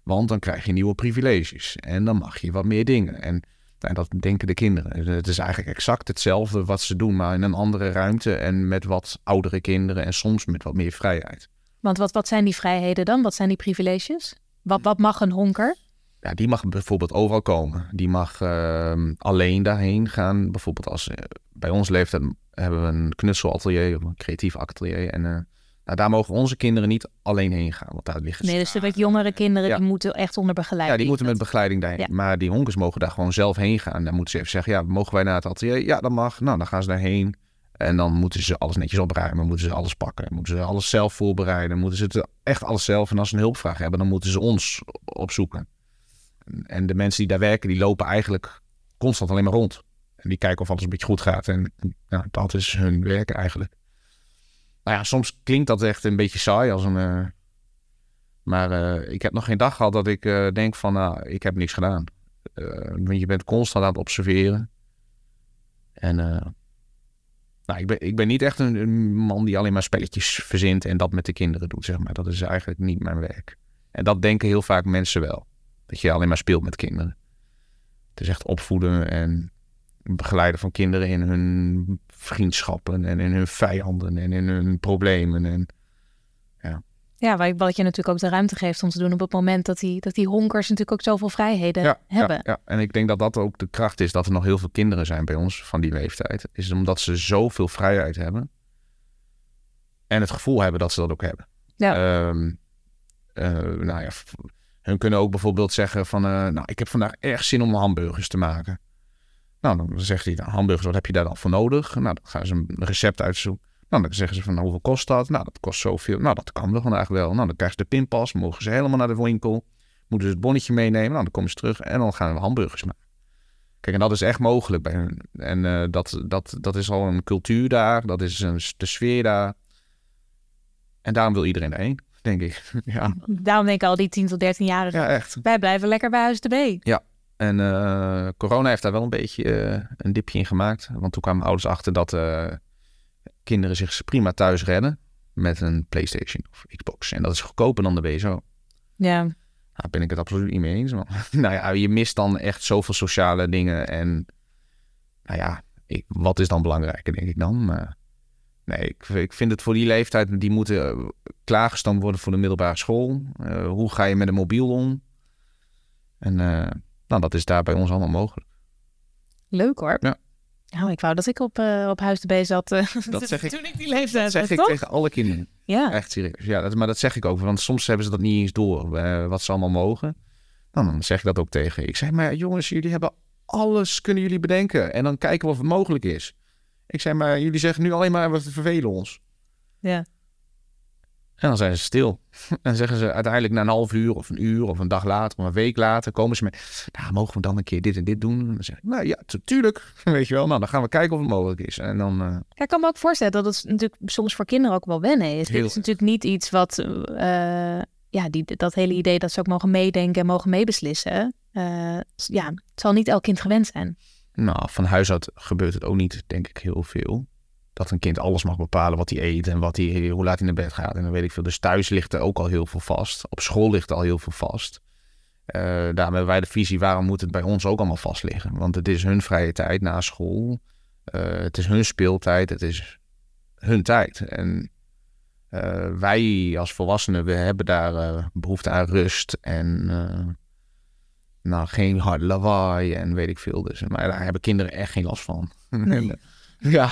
[SPEAKER 4] Want dan krijg je nieuwe privileges. En dan mag je wat meer dingen. En dat denken de kinderen. Het is eigenlijk exact hetzelfde wat ze doen, maar in een andere ruimte en met wat oudere kinderen en soms met wat meer vrijheid.
[SPEAKER 2] Want wat zijn die vrijheden dan? Wat zijn die privileges? Wat mag een honker?
[SPEAKER 4] Ja, die mag bijvoorbeeld overal komen. Die mag alleen daarheen gaan. Bijvoorbeeld als bij ons leeftijd hebben we een knutselatelier of een creatief atelier. En daar mogen onze kinderen niet alleen heen gaan. Want daar liggen
[SPEAKER 2] dus de wat jongere kinderen die moeten echt onder begeleiding.
[SPEAKER 4] Ja, die moeten met begeleiding daarheen. Ja. Maar die honkers mogen daar gewoon zelf heen gaan. Dan moeten ze even zeggen, ja, mogen wij naar het atelier? Ja, dat mag. Nou, dan gaan ze daarheen. En dan moeten ze alles netjes opruimen. Moeten ze alles pakken. Moeten ze alles zelf voorbereiden. Moeten ze het echt alles zelf. En als ze een hulpvraag hebben, dan moeten ze ons opzoeken. En de mensen die daar werken, die lopen eigenlijk constant alleen maar rond. En die kijken of alles een beetje goed gaat. En ja, dat is hun werk eigenlijk. Nou ja, soms klinkt dat echt een beetje saai als een... Maar ik heb nog geen dag gehad dat ik denk van, ik heb niks gedaan. Want je bent constant aan het observeren. En ik ben niet echt een man die alleen maar spelletjes verzint en dat met de kinderen doet, zeg maar. Dat is eigenlijk niet mijn werk. En dat denken heel vaak mensen wel. Dat je alleen maar speelt met kinderen. Het is echt opvoeden en begeleiden van kinderen in hun vriendschappen en in hun vijanden en in hun problemen. En,
[SPEAKER 2] ja, wat je natuurlijk ook de ruimte geeft om te doen op het moment dat die honkers natuurlijk ook zoveel vrijheden hebben.
[SPEAKER 4] Ja, en ik denk dat dat ook de kracht is dat er nog heel veel kinderen zijn bij ons van die leeftijd. Is omdat ze zoveel vrijheid hebben en het gevoel hebben dat ze dat ook hebben.
[SPEAKER 2] Ja.
[SPEAKER 4] Hun kunnen ook bijvoorbeeld zeggen van, ik heb vandaag erg zin om hamburgers te maken. Nou, dan zegt hij, hamburgers, wat heb je daar dan voor nodig? Nou, dan gaan ze een recept uitzoeken. Nou, dan zeggen ze van, hoeveel kost dat? Nou, dat kost zoveel. Nou, dat kan wel vandaag wel. Nou, dan krijgen ze de pinpas, mogen ze helemaal naar de winkel. Moeten ze het bonnetje meenemen. Nou, dan komen ze terug en dan gaan we hamburgers maken. Kijk, en dat is echt mogelijk bij hun. En dat is al een cultuur daar. Dat is de sfeer daar. En daarom wil iedereen daarheen, denk ik. Ja.
[SPEAKER 2] Daarom denk ik al die 10 tot 13-jarigen.
[SPEAKER 4] Ja, echt.
[SPEAKER 2] Wij blijven lekker bij Huis de B.
[SPEAKER 4] Ja. En corona heeft daar wel een beetje een dipje in gemaakt. Want toen kwamen ouders achter dat kinderen zich prima thuis redden met een PlayStation of Xbox. En dat is goedkoper dan de BSO.
[SPEAKER 2] Ja.
[SPEAKER 4] Daar ben ik het absoluut niet mee eens. Man. Nou ja, je mist dan echt zoveel sociale dingen. En nou ja, wat is dan belangrijker, denk ik dan? Maar nee, ik vind het voor die leeftijd, die moeten klaargestoomd worden voor de middelbare school. Hoe ga je met een mobiel om? En dat is daar bij ons allemaal mogelijk.
[SPEAKER 2] Leuk hoor.
[SPEAKER 4] Ja.
[SPEAKER 2] Nou, ik wou dat ik op Huis de B zat
[SPEAKER 4] dat zeg
[SPEAKER 2] toen ik die leeftijd
[SPEAKER 4] dat zeg ik tegen alle kinderen.
[SPEAKER 2] Ja.
[SPEAKER 4] Echt serieus. Ja, maar dat zeg ik ook. Want soms hebben ze dat niet eens door, wat ze allemaal mogen. Nou, dan zeg ik dat ook tegen. Ik zeg, maar jongens, jullie hebben alles kunnen jullie bedenken. En dan kijken we of het mogelijk is. Ik zeg, maar jullie zeggen nu alleen maar, we vervelen ons.
[SPEAKER 2] Ja.
[SPEAKER 4] En dan zijn ze stil. En dan zeggen ze uiteindelijk na een half uur of een uur of een dag later of een week later komen ze met, mogen we dan een keer dit en dit doen? En dan zeg ik, ja, tuurlijk. Weet je wel, nou dan gaan we kijken of het mogelijk is. En dan...
[SPEAKER 2] Ja, ik kan me ook voorstellen dat het natuurlijk soms voor kinderen ook wel wennen is. Dit is natuurlijk niet iets wat, dat hele idee dat ze ook mogen meedenken en mogen meebeslissen. Het zal niet elk kind gewend zijn.
[SPEAKER 4] Nou, van huis uit gebeurt het ook niet, denk ik, heel veel. Dat een kind alles mag bepalen wat hij eet en hoe laat hij naar bed gaat. En dan weet ik veel. Dus thuis ligt er ook al heel veel vast. Op school ligt er al heel veel vast. Daarom hebben wij de visie, waarom moet het bij ons ook allemaal vast liggen? Want het is hun vrije tijd na school. Het is hun speeltijd. Het is hun tijd. En wij als volwassenen, we hebben daar behoefte aan rust. En geen hard lawaai en weet ik veel. Dus, maar daar hebben kinderen echt geen last van.
[SPEAKER 2] Nee.
[SPEAKER 4] Ja.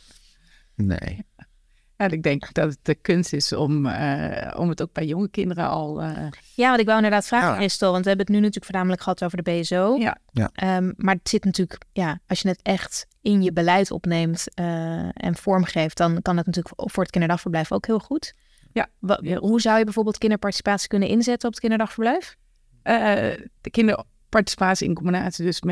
[SPEAKER 4] Nee.
[SPEAKER 3] Ja, ik denk dat het de kunst is om het ook bij jonge kinderen al...
[SPEAKER 2] Ja, want ik wou inderdaad vragen, Christel, want we hebben het nu natuurlijk voornamelijk gehad over de BSO.
[SPEAKER 3] Ja.
[SPEAKER 2] Maar het zit natuurlijk, als je het echt in je beleid opneemt en vormgeeft, dan kan het natuurlijk voor het kinderdagverblijf ook heel goed. Ja. Hoe zou je bijvoorbeeld kinderparticipatie kunnen inzetten op het kinderdagverblijf?
[SPEAKER 3] De kinderparticipatie in combinatie dus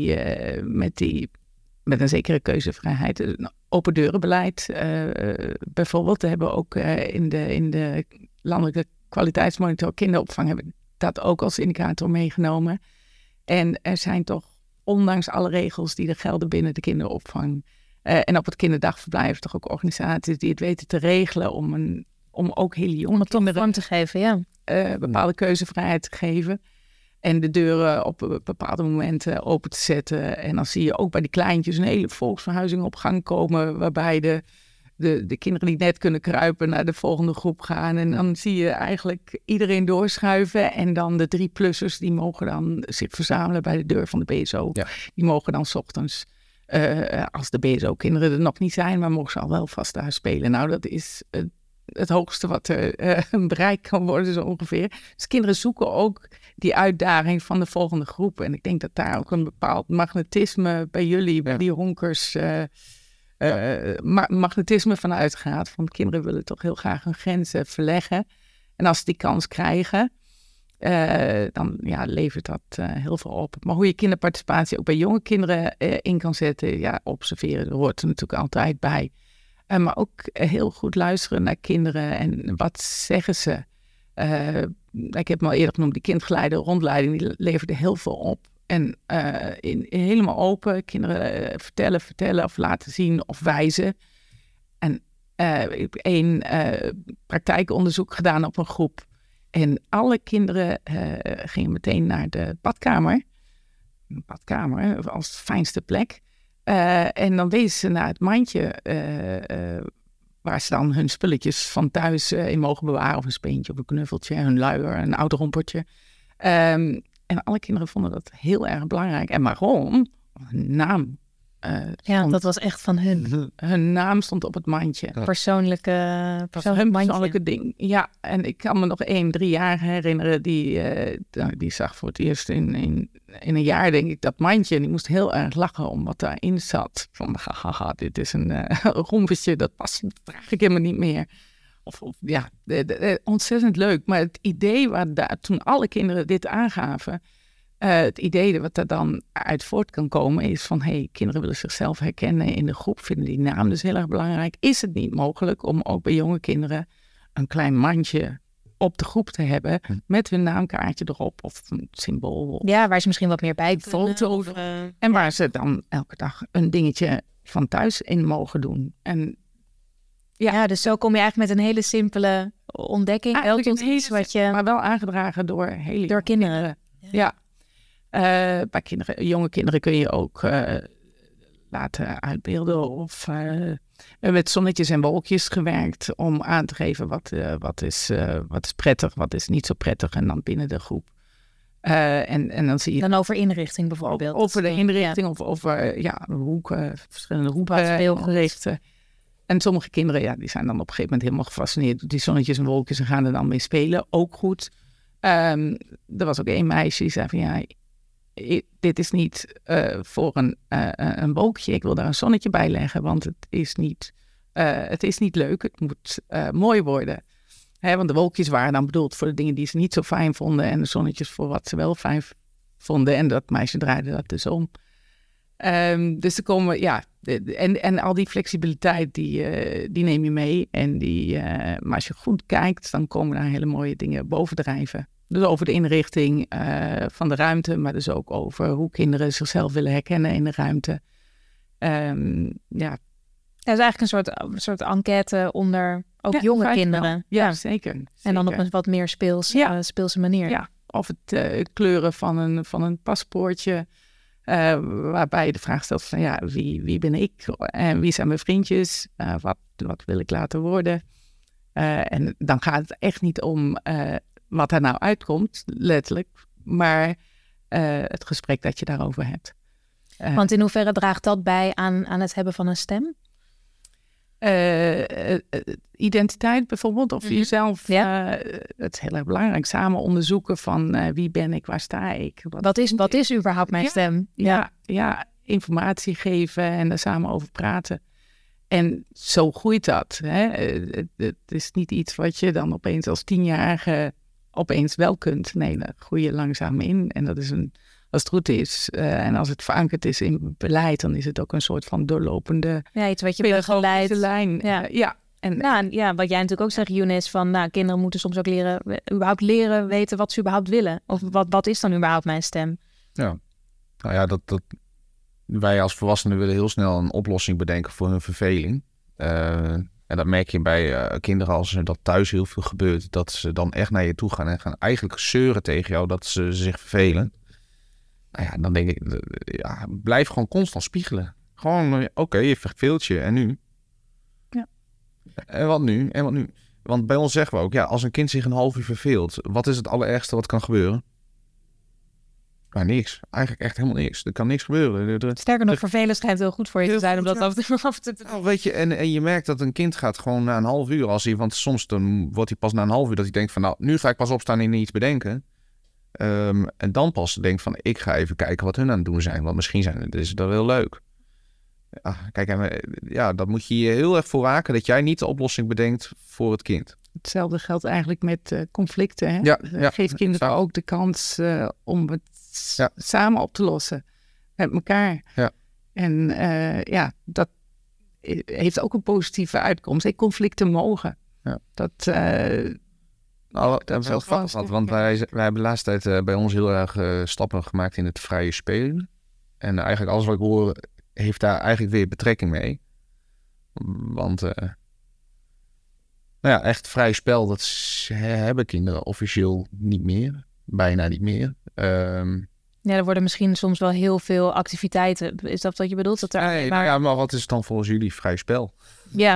[SPEAKER 3] met een zekere keuzevrijheid. Een open deurenbeleid bijvoorbeeld. We hebben ook in de landelijke kwaliteitsmonitor kinderopvang hebben we dat ook als indicator meegenomen. En er zijn toch, ondanks alle regels die er gelden binnen de kinderopvang en op het kinderdagverblijf, toch ook organisaties die het weten te regelen om een om ook hele jonge
[SPEAKER 2] Om het toch
[SPEAKER 3] kinderen
[SPEAKER 2] vorm te geven, ja.
[SPEAKER 3] bepaalde keuzevrijheid te geven. En de deuren op bepaalde momenten open te zetten. En dan zie je ook bij die kleintjes een hele volksverhuizing op gang komen, waarbij de kinderen die net kunnen kruipen naar de volgende groep gaan. En dan zie je eigenlijk iedereen doorschuiven. En dan de 3-plussers, die mogen dan zich verzamelen bij de deur van de BSO. Ja. Die mogen dan 's ochtends, als de BSO-kinderen er nog niet zijn, maar mogen ze al wel vast daar spelen. Nou, dat is het hoogste wat er bereikt kan worden, zo ongeveer. Dus kinderen zoeken ook die uitdaging van de volgende groep. En ik denk dat daar ook een bepaald magnetisme bij jullie, bij die honkers, magnetisme van uitgaat. Want kinderen willen toch heel graag hun grenzen verleggen. En als ze die kans krijgen, dan levert dat heel veel op. Maar hoe je kinderparticipatie ook bij jonge kinderen in kan zetten, observeren, dat hoort er natuurlijk altijd bij. Maar ook heel goed luisteren naar kinderen en wat zeggen ze. Ik heb hem al eerder genoemd, die kindgeleide rondleiding, die leverde heel veel op. En helemaal open, kinderen vertellen of laten zien of wijzen. En ik heb 1 praktijkonderzoek gedaan op een groep. En alle kinderen gingen meteen naar de badkamer. Een badkamer als fijnste plek. En dan wezen ze naar het mandje waar ze dan hun spulletjes van thuis in mogen bewaren. Of een speentje of een knuffeltje, hun luier, een oud rompertje. En alle kinderen vonden dat heel erg belangrijk. En waarom? Hun naam.
[SPEAKER 2] Dat was echt van hun.
[SPEAKER 3] Hun naam stond op het mandje. Persoonlijke ding. Ja, en ik kan me nog 3-jarige herinneren. Die zag voor het eerst in een jaar, denk ik, dat mandje. En die moest heel erg lachen om wat daarin zat. Van, haha, dit is een rompetje, dat draag ik helemaal niet meer. Ontzettend leuk. Maar het idee toen alle kinderen dit aangaven, het idee wat er dan uit voort kan komen is van, kinderen willen zichzelf herkennen in de groep, vinden die naam dus heel erg belangrijk. Is het niet mogelijk om ook bij jonge kinderen een klein mandje op de groep te hebben met hun naamkaartje erop of een symbool?
[SPEAKER 2] Ja, waar ze misschien wat meer bij
[SPEAKER 3] foto. En waar ze dan elke dag een dingetje van thuis in mogen doen. En
[SPEAKER 2] ja, dus zo kom je eigenlijk met een hele simpele ontdekking. Wel tot iets wat je...
[SPEAKER 3] Maar wel aangedragen door
[SPEAKER 2] kinderen.
[SPEAKER 3] Ja. Bij jonge kinderen kun je ook laten uitbeelden of met zonnetjes en wolkjes gewerkt om aan te geven wat is prettig, wat is niet zo prettig en dan binnen de groep. En dan zie je...
[SPEAKER 2] Dan over inrichting bijvoorbeeld.
[SPEAKER 3] Over de inrichting of over hoeken, verschillende hoeken gericht. En sommige kinderen, die zijn dan op een gegeven moment helemaal gefascineerd door die zonnetjes en wolkjes en gaan er dan mee spelen. Ook goed. Er was ook 1 meisje die zei van dit is niet voor een wolkje. Ik wil daar een zonnetje bij leggen, want het is niet leuk. Het moet mooi worden. Want de wolkjes waren dan bedoeld voor de dingen die ze niet zo fijn vonden en de zonnetjes voor wat ze wel fijn vonden. En dat meisje draaide dat dus om. Dus er komen, en al die flexibiliteit, die neem je mee. Maar als je goed kijkt, dan komen daar hele mooie dingen bovendrijven. Dus over de inrichting van de ruimte, maar dus ook over hoe kinderen zichzelf willen herkennen in de ruimte.
[SPEAKER 2] Dat is eigenlijk een soort enquête onder ook jonge kinderen.
[SPEAKER 3] Ja, zeker.
[SPEAKER 2] En dan op een wat meer speelse manier.
[SPEAKER 3] Ja, of het kleuren van een paspoortje. Waarbij je de vraag stelt van wie ben ik en wie zijn mijn vriendjes, wat wil ik laten worden. En dan gaat het echt niet om wat er nou uitkomt, letterlijk, maar het gesprek dat je daarover hebt.
[SPEAKER 2] Want in hoeverre draagt dat bij aan het hebben van een stem?
[SPEAKER 3] Identiteit bijvoorbeeld, of jezelf. Het is heel erg belangrijk. Samen onderzoeken van wie ben ik, waar sta ik.
[SPEAKER 2] Wat is überhaupt mijn stem?
[SPEAKER 3] Ja, informatie geven en er samen over praten. En zo groeit dat. Hè? Het is niet iets wat je dan opeens als 10-jarige opeens wel kunt. Nee, daar groei je langzaam in. En dat is als het goed is en als het verankerd is in beleid, dan is het ook een soort van doorlopende
[SPEAKER 2] iets wat je begeleidt.
[SPEAKER 3] Lijn.
[SPEAKER 2] Wat jij natuurlijk ook zegt, Younes, van kinderen moeten soms ook leren weten wat ze überhaupt willen. Of wat is dan überhaupt mijn stem?
[SPEAKER 4] Ja, nou ja, dat wij als volwassenen willen heel snel een oplossing bedenken voor hun verveling. En dat merk je bij kinderen als er dat thuis heel veel gebeurt. Dat ze dan echt naar je toe gaan en gaan eigenlijk zeuren tegen jou dat ze zich vervelen. Nou ja, dan denk ik, blijf gewoon constant spiegelen. Gewoon, oké, je verveelt je en nu?
[SPEAKER 3] Ja.
[SPEAKER 4] En wat nu? Want bij ons zeggen we ook, als een kind zich een half uur verveelt, wat is het allerergste wat kan gebeuren? Maar niks. Eigenlijk echt helemaal niks. Er kan niks gebeuren.
[SPEAKER 2] Sterker nog, vervelen schijnt heel goed voor je te zijn om dat af te doen.
[SPEAKER 4] Nou, weet je, en je merkt dat een kind gaat gewoon na een half uur, want soms dan wordt hij pas na een half uur dat hij denkt van, nou, nu ga ik pas opstaan en iets bedenken. En dan pas denkt van, ik ga even kijken wat hun aan het doen zijn, want misschien is dat heel leuk. Ja, kijk, dat moet je hier heel erg voor waken, dat jij niet de oplossing bedenkt voor het kind.
[SPEAKER 3] Hetzelfde geldt eigenlijk met conflicten. Hè?
[SPEAKER 4] Ja,
[SPEAKER 3] Geef kinderen ook de kans om het samen op te lossen met elkaar.
[SPEAKER 4] Ja.
[SPEAKER 3] En dat heeft ook een positieve uitkomst. Conflicten mogen.
[SPEAKER 4] Ja.
[SPEAKER 3] Dat
[SPEAKER 4] is wel grappig, want wij hebben de laatste tijd bij ons heel erg stappen gemaakt in het vrije spelen. En eigenlijk alles wat ik hoor heeft daar eigenlijk weer betrekking mee. Want echt vrij spel, dat hebben kinderen officieel niet meer. Bijna niet meer.
[SPEAKER 2] Er worden misschien soms wel heel veel activiteiten. Is dat wat je bedoelt?
[SPEAKER 4] Maar wat is het dan volgens jullie vrij spel?
[SPEAKER 2] Ja,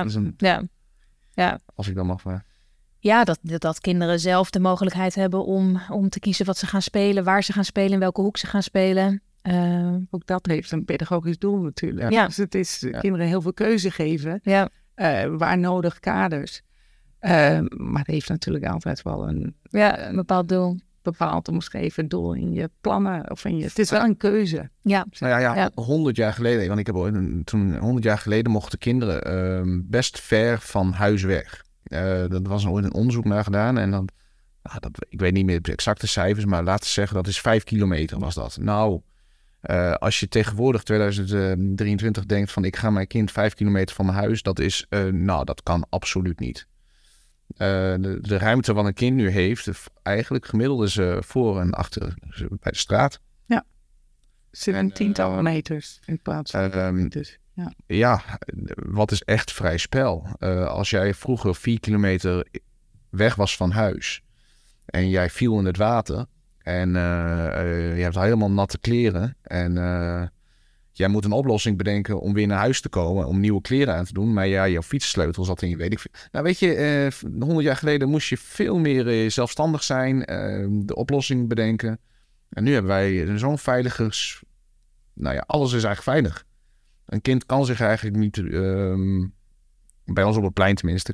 [SPEAKER 4] ja. Als ik dan mag vragen.
[SPEAKER 2] Ja, dat kinderen zelf de mogelijkheid hebben om te kiezen wat ze gaan spelen, waar ze gaan spelen, in welke hoek ze gaan spelen.
[SPEAKER 3] Ook dat heeft een pedagogisch doel natuurlijk.
[SPEAKER 2] Ja.
[SPEAKER 3] Dus het is kinderen heel veel keuze geven.
[SPEAKER 2] Ja.
[SPEAKER 3] Waar nodig kaders. Maar het heeft natuurlijk altijd wel een
[SPEAKER 2] bepaald doel.
[SPEAKER 3] Bepaald omschreven doel in je plannen. Of het is wel een keuze.
[SPEAKER 2] Ja.
[SPEAKER 4] 100 jaar geleden. Want toen 100 jaar geleden mochten kinderen best ver van huis weg. Dat was ooit een onderzoek naar gedaan. En dan, ik weet niet meer de exacte cijfers, maar laten we zeggen dat is 5 kilometer was dat. Nou, als je tegenwoordig 2023 denkt van ik ga mijn kind 5 kilometer van mijn huis, dat is, dat kan absoluut niet. De ruimte wat een kind nu heeft, eigenlijk gemiddeld is voor en achter bij de straat.
[SPEAKER 3] Ja, het zijn tientallen meters in plaats van meters.
[SPEAKER 4] Wat is echt vrij spel? Als jij vroeger 4 kilometer weg was van huis en jij viel in het water en je hebt helemaal natte kleren en jij moet een oplossing bedenken om weer naar huis te komen, om nieuwe kleren aan te doen, maar jouw fietssleutel zat in je weet ik veel. Nou weet je, 100 jaar geleden moest je veel meer zelfstandig zijn, de oplossing bedenken. En nu hebben wij zo'n veilige, alles is eigenlijk veilig. Een kind kan zich eigenlijk niet, bij ons op het plein tenminste,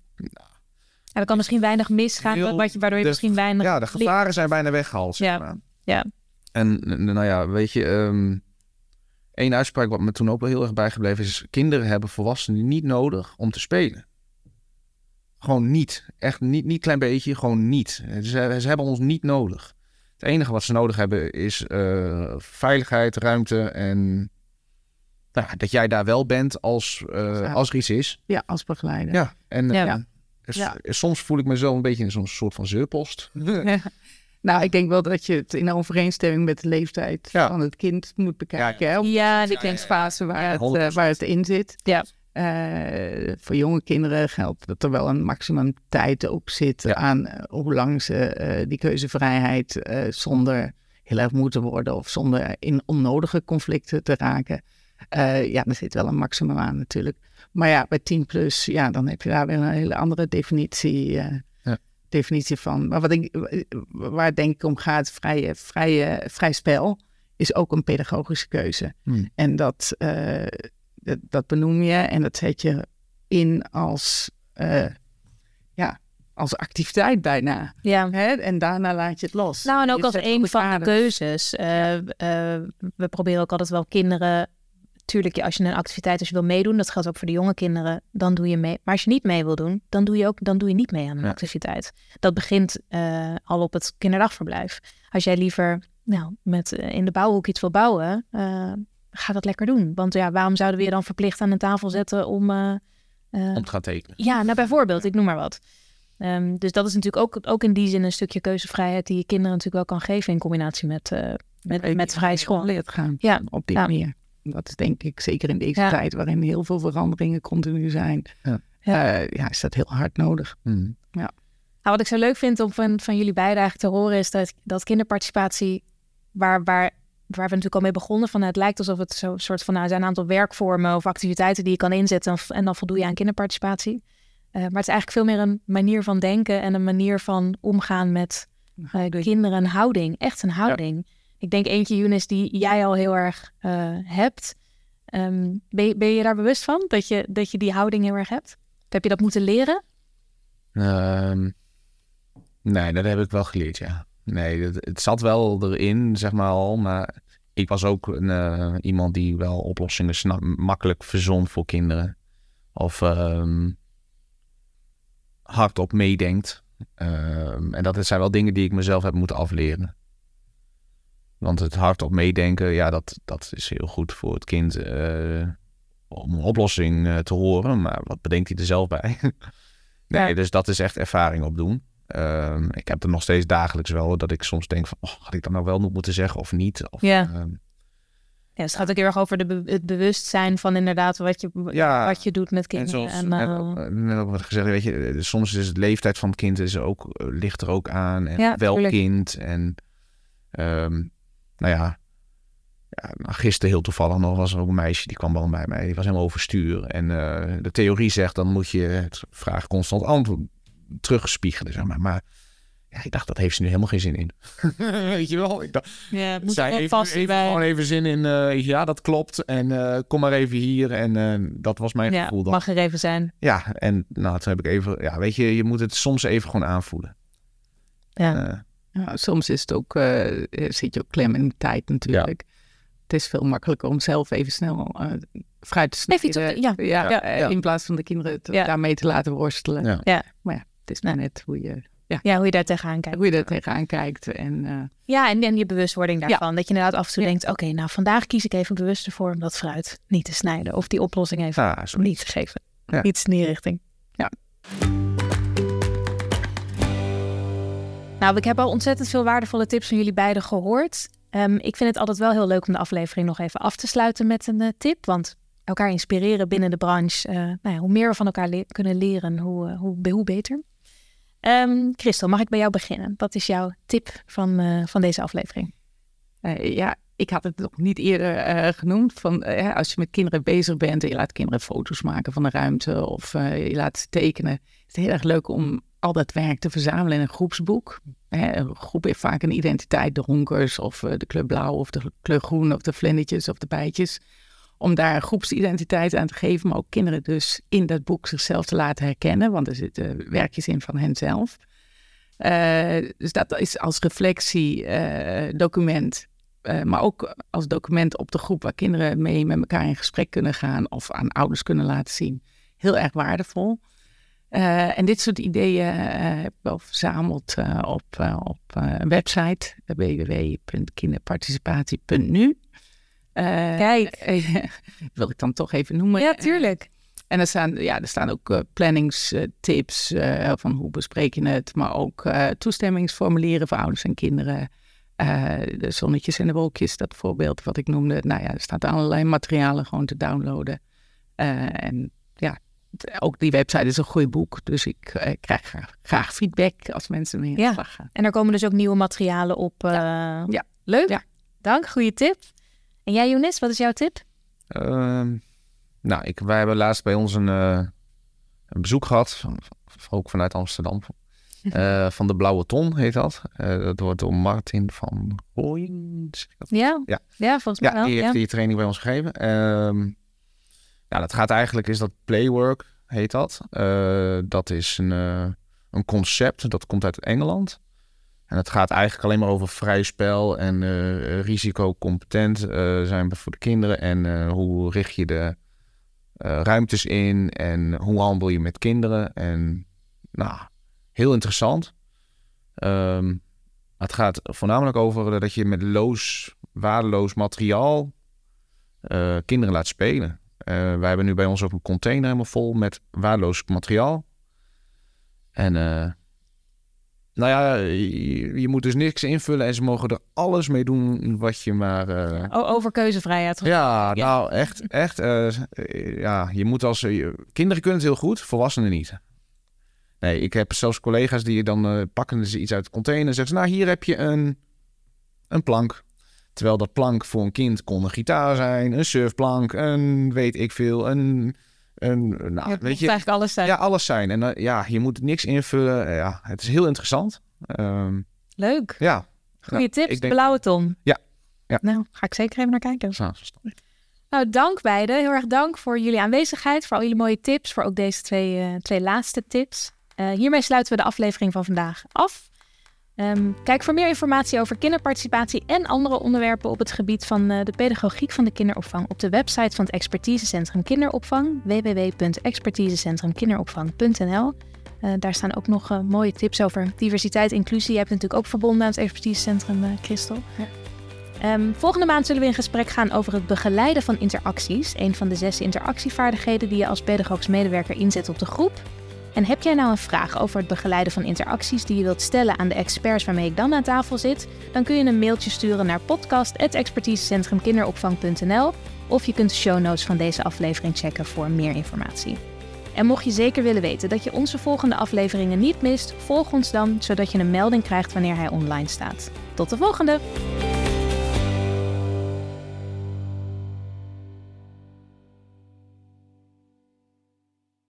[SPEAKER 2] er kan misschien weinig misgaan, waardoor je misschien weinig...
[SPEAKER 4] Ja, de gevaren zijn bijna weggehaald. Zeg maar.
[SPEAKER 2] Ja.
[SPEAKER 4] En weet je, één uitspraak wat me toen ook wel heel erg bijgebleven is, kinderen hebben volwassenen niet nodig om te spelen. Gewoon niet. Echt niet klein beetje, gewoon niet. Ze hebben ons niet nodig. Het enige wat ze nodig hebben is veiligheid, ruimte en dat jij daar wel bent als er iets is.
[SPEAKER 3] Ja, als begeleider.
[SPEAKER 4] Ja, en soms voel ik mezelf een beetje in zo'n soort van zeurpost.
[SPEAKER 3] Nou, ik denk wel dat je het in overeenstemming met de leeftijd van het kind moet bekijken.
[SPEAKER 2] Die
[SPEAKER 3] fase waar het in zit.
[SPEAKER 2] Ja.
[SPEAKER 3] Voor jonge kinderen geldt dat er wel een maximum tijd op zit aan hoe lang ze die keuzevrijheid zonder heel erg moe te worden of zonder in onnodige conflicten te raken. Er zit wel een maximum aan natuurlijk. Maar bij 10 plus, dan heb je daar weer een hele andere definitie van. Maar waar het denk ik om gaat, vrij spel, is ook een pedagogische keuze. En dat benoem je en dat zet je in als activiteit bijna.
[SPEAKER 2] Ja.
[SPEAKER 3] Hè? En daarna laat je het los.
[SPEAKER 2] Nou, en ook
[SPEAKER 3] je
[SPEAKER 2] als een van de keuzes. We proberen ook altijd wel kinderen... Tuurlijk, als je een activiteit wil meedoen, dat geldt ook voor de jonge kinderen, dan doe je mee. Maar als je niet mee wil doen, dan doe je niet mee aan een activiteit. Dat begint al op het kinderdagverblijf. Als jij liever in de bouwhoek iets wil bouwen, ga dat lekker doen. Want waarom zouden we je dan verplicht aan een tafel zetten om
[SPEAKER 4] te gaan tekenen?
[SPEAKER 2] Ja, bijvoorbeeld, ik noem maar wat. Dus dat is natuurlijk ook in die zin een stukje keuzevrijheid die je kinderen natuurlijk wel kan geven in combinatie met vrije school.
[SPEAKER 3] Leert gaan op die manier. Dat is denk ik zeker in deze tijd waarin heel veel veranderingen continu zijn. is dat heel hard nodig.
[SPEAKER 4] Hmm.
[SPEAKER 2] Nou, wat ik zo leuk vind om van jullie beiden eigenlijk te horen is dat kinderparticipatie, waar we natuurlijk al mee begonnen, van het lijkt alsof het zo'n soort van, er zijn een aantal werkvormen of activiteiten die je kan inzetten en dan voldoe je aan kinderparticipatie. Maar het is eigenlijk veel meer een manier van denken en een manier van omgaan met kinderen, een houding. Echt een houding. Ja. Ik denk eentje, Younes, die jij al heel erg hebt. Ben je daar bewust van? Dat je die houding heel erg hebt? Heb je dat moeten leren?
[SPEAKER 4] Nee, dat heb ik wel geleerd, ja. Nee, het zat wel erin, zeg maar al. Maar ik was ook iemand die wel oplossingen makkelijk verzon voor kinderen. Of hardop meedenkt. En dat zijn wel dingen die ik mezelf heb moeten afleren. Want het hardop meedenken, ja, dat is heel goed voor het kind om een oplossing te horen. Maar wat bedenkt hij er zelf bij? Nee, dus dat is echt ervaring opdoen. Ik heb er nog steeds dagelijks wel dat ik soms denk van, had ik dat nou wel moeten zeggen of niet? Of,
[SPEAKER 2] het gaat ook heel erg over het bewustzijn van inderdaad wat je doet met kinderen.
[SPEAKER 4] En ook wat gezegd, weet je, soms is het leeftijd van het kind ligt er ook aan. En welk tuurlijk. Kind. En gisteren heel toevallig nog was er ook een meisje, die kwam wel bij mij. Die was helemaal overstuur. En de theorie zegt, dan moet je het vraag constant antwoord terugspiegelen, zeg maar. Maar ja, ik dacht, dat heeft ze nu helemaal geen zin in. Weet je wel? Ik dacht, zij heeft gewoon even zin in, dat klopt. En kom maar even hier. En dat was mijn gevoel dan.
[SPEAKER 2] Mag er even zijn.
[SPEAKER 4] Ja, en toen heb ik even, weet je moet het soms even gewoon aanvoelen.
[SPEAKER 3] Ja. Soms is het ook, zit je ook klem in de tijd natuurlijk. Ja. Het is veel makkelijker om zelf even snel fruit te snijden. In plaats van de kinderen daarmee te laten worstelen. Ja. Maar het is maar net hoe je...
[SPEAKER 2] hoe je daar tegenaan kijkt.
[SPEAKER 3] Hoe je daar tegenaan kijkt. En
[SPEAKER 2] en je bewustwording daarvan. Ja. Dat je inderdaad af en toe denkt, oké, nou vandaag kies ik even bewust ervoor om dat fruit niet te snijden. Of die oplossing even niet te geven. Ja. Iets in die richting. Ja. Nou, ik heb al ontzettend veel waardevolle tips van jullie beiden gehoord. Ik vind het altijd wel heel leuk om de aflevering nog even af te sluiten met een tip. Want elkaar inspireren binnen de branche. Hoe meer we van elkaar kunnen leren, hoe beter. Christel, mag ik bij jou beginnen? Wat is jouw tip van deze aflevering?
[SPEAKER 3] Ik had het nog niet eerder genoemd. Als je met kinderen bezig bent en je laat kinderen foto's maken van de ruimte of je laat ze tekenen. Is het heel erg leuk om al dat werk te verzamelen in een groepsboek. Een groep heeft vaak een identiteit, de honkers of de kleur blauw of de kleur groen of de vlindertjes of de bijtjes. Om daar een groepsidentiteit aan te geven, maar ook kinderen dus in dat boek zichzelf te laten herkennen, want er zitten werkjes in van henzelf. Dus dat is als reflectiedocument, maar ook als document op de groep waar kinderen mee met elkaar in gesprek kunnen gaan of aan ouders kunnen laten zien. Heel erg waardevol. En dit soort ideeën heb ik wel verzameld op een website, www.kinderparticipatie.nu.
[SPEAKER 2] Kijk.
[SPEAKER 3] Wil ik dan toch even noemen.
[SPEAKER 2] Ja, tuurlijk.
[SPEAKER 3] En er staan ook planningstips van hoe bespreek je het, maar ook toestemmingsformulieren voor ouders en kinderen. De zonnetjes en de wolkjes, dat voorbeeld wat ik noemde. Er staan allerlei materialen gewoon te downloaden. Ook die website is een goed boek, dus ik krijg graag feedback als mensen mee aan de slag gaan.
[SPEAKER 2] En er komen dus ook nieuwe materialen op. Leuk, dank, goede tip. En jij, Younes, wat is jouw tip?
[SPEAKER 4] Wij hebben laatst bij ons een bezoek gehad, ook vanuit Amsterdam. Van de Blauwe Ton heet dat. Dat wordt door Martin van Rooyen.
[SPEAKER 2] Ja, volgens mij wel.
[SPEAKER 4] Die heeft die training bij ons gegeven. Dat gaat eigenlijk, is dat Playwork, heet dat. Dat is een concept, dat komt uit Engeland. En het gaat eigenlijk alleen maar over vrij spel en risicocompetent zijn voor de kinderen. En hoe richt je de ruimtes in en hoe handel je met kinderen. En heel interessant. Het gaat voornamelijk over dat je met waardeloos materiaal kinderen laat spelen. Wij hebben nu bij ons ook een container helemaal vol met waardeloos materiaal. En Nou ja, je moet dus niks invullen en ze mogen er alles mee doen wat je maar...
[SPEAKER 2] Over keuzevrijheid.
[SPEAKER 4] Ja, nou echt. Je moet kinderen kunnen het heel goed, volwassenen niet. Nee, ik heb zelfs collega's die dan pakken ze iets uit de container en zeggen ze, nou hier heb je een plank. Terwijl dat plank voor een kind kon een gitaar zijn, een surfplank, een weet ik veel, weet je,
[SPEAKER 2] eigenlijk alles zijn.
[SPEAKER 4] Ja, alles zijn. En je moet niks invullen. Het is heel interessant.
[SPEAKER 2] Leuk.
[SPEAKER 4] Ja.
[SPEAKER 2] Goeie tips, blauwe ton.
[SPEAKER 4] Ja.
[SPEAKER 2] Nou, ga ik zeker even naar kijken.
[SPEAKER 4] Verstandig.
[SPEAKER 2] Nou, dank beiden. Heel erg dank voor jullie aanwezigheid, voor al jullie mooie tips, voor ook deze twee laatste tips. Hiermee sluiten we de aflevering van vandaag af. Kijk voor meer informatie over kinderparticipatie en andere onderwerpen op het gebied van de pedagogiek van de kinderopvang op de website van het Expertisecentrum Kinderopvang, www.expertisecentrumkinderopvang.nl. Daar staan ook nog mooie tips over diversiteit en inclusie. Je hebt natuurlijk ook verbonden aan het Expertisecentrum, Christel. Ja. Volgende maand zullen we in gesprek gaan over het begeleiden van interacties. Een van de 6 interactievaardigheden die je als pedagogisch medewerker inzet op de groep. En heb jij nou een vraag over het begeleiden van interacties die je wilt stellen aan de experts waarmee ik dan aan tafel zit? Dan kun je een mailtje sturen naar podcast@expertisecentrumkinderopvang.nl of je kunt de show notes van deze aflevering checken voor meer informatie. En mocht je zeker willen weten dat je onze volgende afleveringen niet mist, volg ons dan, zodat je een melding krijgt wanneer hij online staat. Tot de volgende!